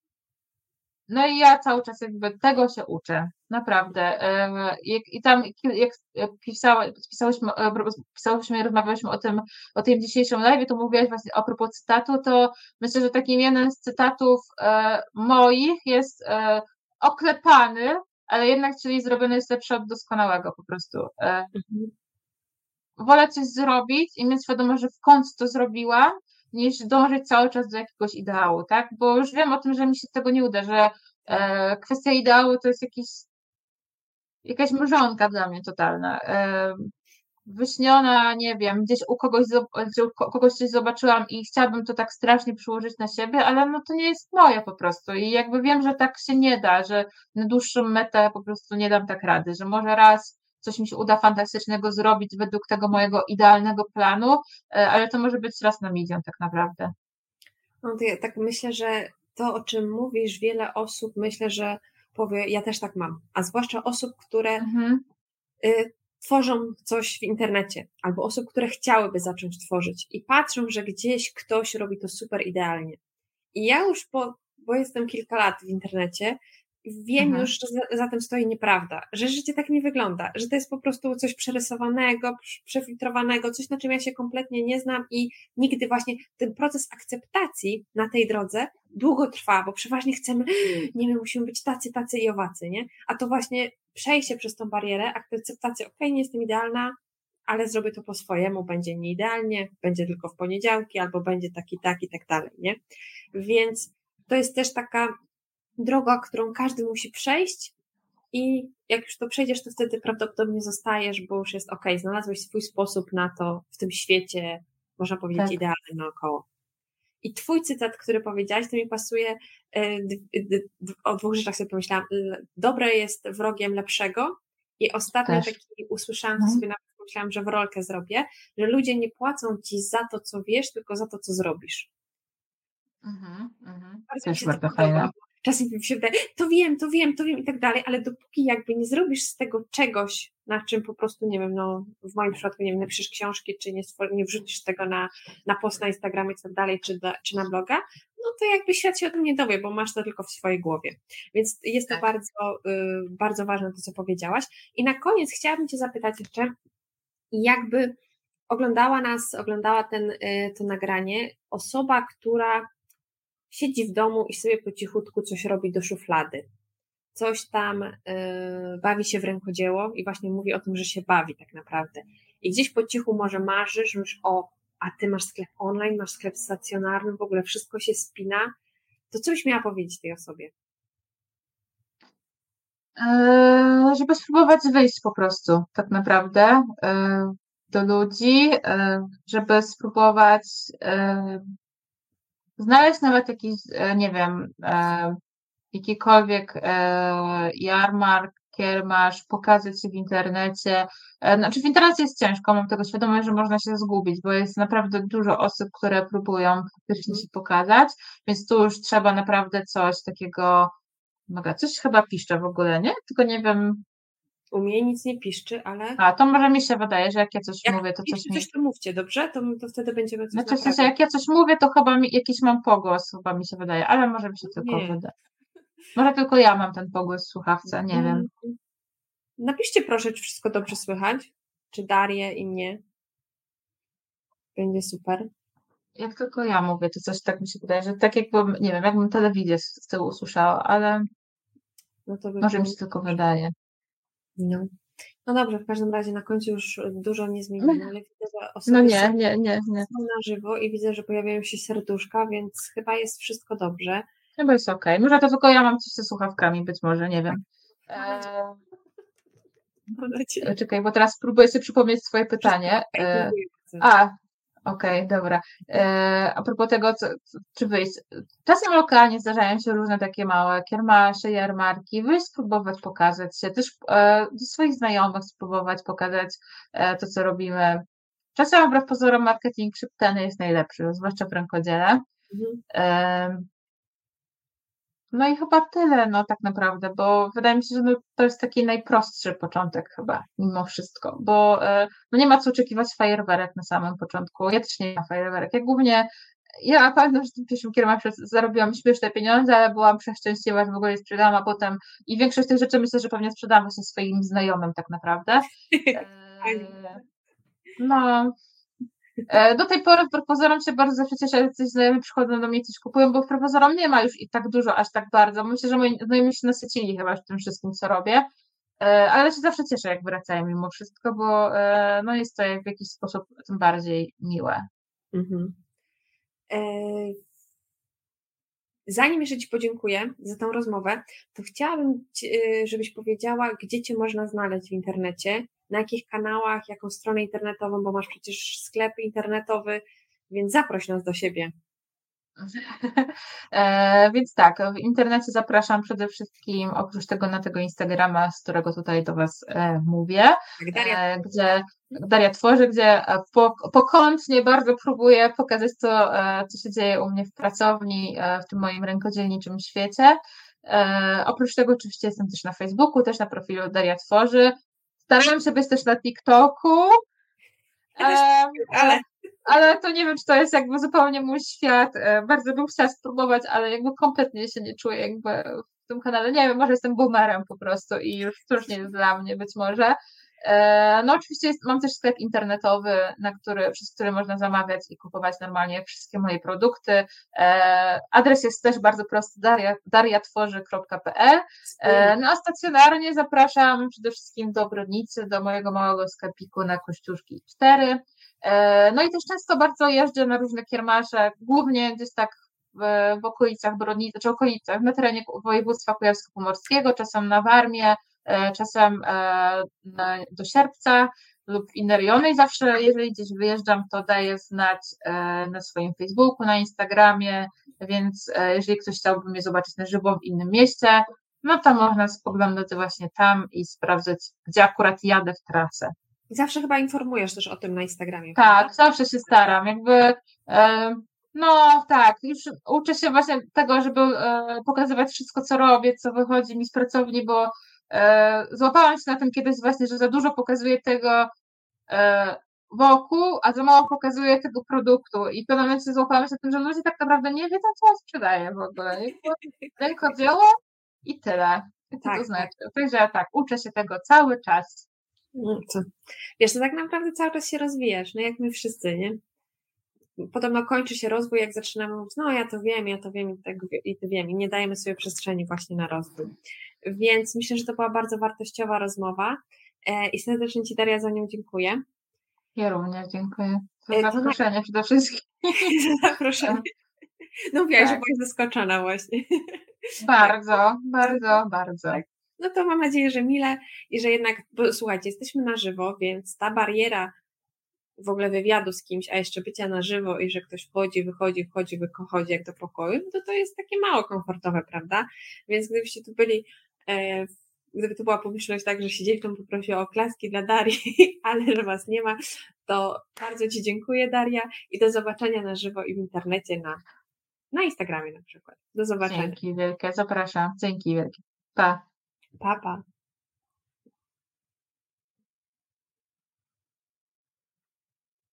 S2: no i ja cały czas jakby tego się uczę, naprawdę. Um, jak, I tam, jak pisały, pisałyśmy, pisałyśmy, rozmawiałyśmy o tym, o tym dzisiejszym live, to mówiłaś właśnie a propos cytatu, to myślę, że takim jednym z cytatów e, moich jest e, oklepany, ale jednak, czyli zrobiony jest lepszy od doskonałego po prostu. E, mhm. Wolę coś zrobić i mieć świadomość, że w końcu to zrobiłam, niż dążyć cały czas do jakiegoś ideału, tak? Bo już wiem o tym, że mi się tego nie uda, że e, kwestia ideału to jest jakiś, jakaś mrzonka dla mnie totalna. E, wyśniona, nie wiem, gdzieś u kogoś, gdzie u kogoś coś zobaczyłam i chciałabym to tak strasznie przyłożyć na siebie, ale no to nie jest moje po prostu i jakby wiem, że tak się nie da, że na dłuższą metę po prostu nie dam tak rady, że może raz coś mi się uda fantastycznego zrobić według tego mojego idealnego planu, ale to może być raz na milion tak naprawdę.
S1: No to ja tak myślę, że to, o czym mówisz, wiele osób myślę, że powie, ja też tak mam, a zwłaszcza osób, które mhm. y, tworzą coś w internecie, albo osób, które chciałyby zacząć tworzyć i patrzą, że gdzieś ktoś robi to super idealnie. I ja już po, bo jestem kilka lat w internecie, wiem mhm. już, że za, za tym stoi nieprawda, że życie tak nie wygląda, że to jest po prostu coś przerysowanego, przefiltrowanego, coś, na czym ja się kompletnie nie znam i nigdy właśnie ten proces akceptacji na tej drodze długo trwa, bo przeważnie chcemy, nie wiem, musimy być tacy, tacy i owacy, nie? A to właśnie przejście przez tą barierę, akceptację, okej, okay, nie jestem idealna, ale zrobię to po swojemu, będzie nieidealnie, będzie tylko w poniedziałki, albo będzie taki, tak i tak dalej, nie? Więc to jest też taka droga, którą każdy musi przejść i jak już to przejdziesz, to wtedy prawdopodobnie zostajesz, bo już jest okej, okay, znalazłeś swój sposób na to w tym świecie, można powiedzieć, tak. idealnym naokoło. I twój cytat, który powiedziałaś, to mi pasuje, o dwóch rzeczach sobie pomyślałam. Dobre jest wrogiem lepszego i ostatnio Też. taki usłyszałam, to sobie nawet pomyślałam, że w rolkę zrobię, że ludzie nie płacą ci za to, co wiesz, tylko za to, co zrobisz.
S2: Mhm, mhm.
S1: Bardzo
S2: Też bardzo fajne.
S1: Czasem mi się wydaje, to wiem, to wiem, to wiem i tak dalej, ale dopóki jakby nie zrobisz z tego czegoś, na czym po prostu, nie wiem, no w moim przypadku, nie wiem, napiszesz książki, czy nie, stwor- nie wrzucisz tego na, na post na Instagramie i tak dalej, czy, do, czy na bloga, no to jakby świat się o tym nie dowie, bo masz to tylko w swojej głowie. Więc jest to tak. bardzo, y, bardzo ważne to, co powiedziałaś. I na koniec chciałabym cię zapytać jeszcze, jakby oglądała nas, oglądała ten, y, to nagranie osoba, która siedzi w domu i sobie po cichutku coś robi do szuflady. coś tam y, bawi się w rękodzieło i właśnie mówi o tym, że się bawi tak naprawdę. I gdzieś po cichu może marzysz, już o, a ty masz sklep online, masz sklep stacjonarny, w ogóle wszystko się spina, to co byś miała powiedzieć tej osobie?
S2: Eee, żeby spróbować wyjść po prostu, tak naprawdę, eee, do ludzi, eee, żeby spróbować eee, znaleźć nawet jakiś, e, nie wiem, e, jakikolwiek e, jarmark, kiermasz, pokazać się w internecie. E, Znaczy w internecie jest ciężko, mam tego świadomość, że można się zgubić, bo jest naprawdę dużo osób, które próbują faktycznie się pokazać, więc tu już trzeba naprawdę coś takiego, mogę, coś chyba piszcze w ogóle, nie? Tylko nie wiem,
S1: U mnie nic nie piszczy, ale
S2: a to może mi się wydaje, że jak ja coś
S1: jak
S2: mówię, to coś
S1: piszczy
S2: mi,
S1: coś, to mówcie, dobrze? To, to wtedy będziemy coś
S2: znaczy w sensie
S1: naprawiać.
S2: jak ja coś mówię, to chyba mi, jakiś mam pogłos, chyba mi się wydaje, ale może mi się tylko
S1: Nie.
S2: wydaje. Może tylko ja mam ten pogłos w słuchawce, nie wiem.
S1: Napiszcie proszę, czy wszystko dobrze słychać, czy Darię i mnie. Będzie super.
S2: Jak tylko ja mówię, to coś tak mi się wydaje, że tak jakbym, nie wiem, jakbym telewizję z z tyłu usłyszała, ale
S1: No to by
S2: może mi
S1: było.
S2: się tylko wydaje.
S1: No. No dobrze, w każdym razie na końcu już dużo nie zmienimy, ale widzę, że
S2: No
S1: osoby
S2: nie,
S1: są,
S2: nie, nie, nie.
S1: są na żywo i widzę, że pojawiają się serduszka, więc chyba jest wszystko dobrze.
S2: Chyba jest okej. Może to tylko ja mam coś ze słuchawkami, być może, nie wiem.
S1: Mam Mam nadzieję.
S2: E, czekaj, bo teraz próbuję sobie przypomnieć swoje pytanie.
S1: Wszystko okej,
S2: E,
S1: dziękuję bardzo.
S2: a, okej, dobra. E, a propos tego, co, co, czy wyjść. Czasem lokalnie zdarzają się różne takie małe kiermasze, jarmarki. Wyjść, spróbować pokazać się. Też e, do swoich znajomych spróbować pokazać e, to, co robimy. Czasem wbrew pozorom marketing szybkany jest najlepszy, zwłaszcza w rękodziele.
S1: Mhm.
S2: E, no i chyba tyle, no tak naprawdę, bo wydaje mi się, że no, to jest taki najprostszy początek chyba, mimo wszystko, bo e, no nie ma co oczekiwać fajerwerek na samym początku. Ja też nie mam fajerwerek. Ja głównie, ja pamiętam, że w tym pierwszym kierunku zarobiłam śmieszne pieniądze, ale byłam przeszczęśliwa, że w ogóle je sprzedałam, a potem i większość tych rzeczy myślę, że pewnie sprzedałam właśnie swoim znajomym tak naprawdę. E, no, E, Do tej pory wbrew pozorom się bardzo zawsze cieszę, jak coś znajomi przychodzą do mnie i coś kupują, bo wbrew pozorom nie ma już i tak dużo, aż tak bardzo. Myślę, że moi znajomi się nasycili chyba już tym wszystkim, co robię, E, ale się zawsze cieszę, jak wracają mimo wszystko, bo e, no jest to w jakiś sposób tym bardziej miłe.
S1: Mhm. E, Zanim jeszcze Ci podziękuję za tą rozmowę, to chciałabym, ci- e, żebyś powiedziała, gdzie Cię można znaleźć w internecie, na jakich kanałach, jaką stronę internetową, bo masz przecież sklep internetowy, więc zaproś nas do siebie.
S2: E, więc tak, w internecie zapraszam przede wszystkim, oprócz tego na tego Instagrama, z którego tutaj do Was e, mówię,
S1: Tak, Daria,
S2: e, gdzie Daria tworzy, gdzie e, po, pokątnie bardzo próbuję pokazać to, e, co się dzieje u mnie w pracowni, e, w tym moim rękodzielniczym świecie. E, oprócz tego oczywiście jestem też na Facebooku, też na profilu Daria Tworzy. Staram się być też na TikToku.
S1: ja też,
S2: Em,
S1: ale
S2: ale to nie wiem, czy to jest jakby zupełnie mój świat. E, Bardzo bym chciała spróbować, ale jakby kompletnie się nie czuję jakby w tym kanale. Nie wiem, może jestem boomerem po prostu i już to już nie jest dla mnie być może. E, No oczywiście jest, mam też sklep internetowy, na który, przez który można zamawiać i kupować normalnie wszystkie moje produkty. E, Adres jest też bardzo prosty, daria, dariatworzy kropka pe el. E, No a stacjonarnie zapraszam przede wszystkim do Brodnicy, do mojego małego sklepiku na Kościuszki cztery. E, No i też często bardzo jeżdżę na różne kiermasze, głównie gdzieś tak w, w okolicach Brodnicy, czy okolicach, na terenie województwa kujawsko-pomorskiego, czasem na Warmię, e, czasem e, na, do Sierpca lub w inne rejony i zawsze, jeżeli gdzieś wyjeżdżam, to daję znać e, na swoim Facebooku, na Instagramie, więc e, jeżeli ktoś chciałby mnie zobaczyć na żywo w innym mieście, no to można spoglądać właśnie tam i sprawdzać, gdzie akurat jadę w trasę.
S1: I zawsze chyba informujesz też o tym na Instagramie,
S2: Tak,
S1: prawda?
S2: zawsze się staram. Jakby, e, no tak, już uczę się właśnie tego, żeby e, pokazywać wszystko, co robię, co wychodzi mi z pracowni, bo e, złapałam się na tym kiedyś właśnie, że za dużo pokazuję tego e, wokół, a za mało pokazuję tego produktu. I w pewnym momencie złapałam się na tym, że ludzie tak naprawdę nie wiedzą, co ja sprzedaję w ogóle. Jakby rękodzieło i tyle. I co to
S1: Tak,
S2: znaczy?
S1: tak.
S2: Także tak, uczę się tego cały czas.
S1: No co? Wiesz, to tak naprawdę cały czas się rozwijasz, no jak my wszyscy, nie? Podobno kończy się rozwój, jak zaczynamy mówić, no ja to wiem, ja to wiem i, tak, i to wiem i nie dajemy sobie przestrzeni właśnie na rozwój. Więc myślę, że to była bardzo wartościowa rozmowa i serdecznie Ci, Daria, za nią dziękuję.
S2: Ja również dziękuję za
S1: To
S2: zaproszenie
S1: na...
S2: przede wszystkim.
S1: Za zaproszenie. No mówiłaś, tak, że byłaś zaskoczona właśnie.
S2: Bardzo, tak. bardzo, bardzo.
S1: Tak. No to mam nadzieję, że mile i że jednak, bo słuchajcie, jesteśmy na żywo, więc ta bariera w ogóle wywiadu z kimś, a jeszcze bycia na żywo i że ktoś wchodzi, wychodzi, wchodzi, wychodzi jak do pokoju, no to to jest takie mało komfortowe, prawda? Więc gdybyście tu byli, e, gdyby to była publiczność tak, że siedzieliśmy, poprosiła o klaski dla Darii, ale że Was nie ma, to bardzo Ci dziękuję, Daria, i do zobaczenia na żywo i w internecie na, na Instagramie na przykład. Do zobaczenia.
S2: Dzięki wielkie, zapraszam. Dzięki wielkie. Pa.
S1: Pa, pa.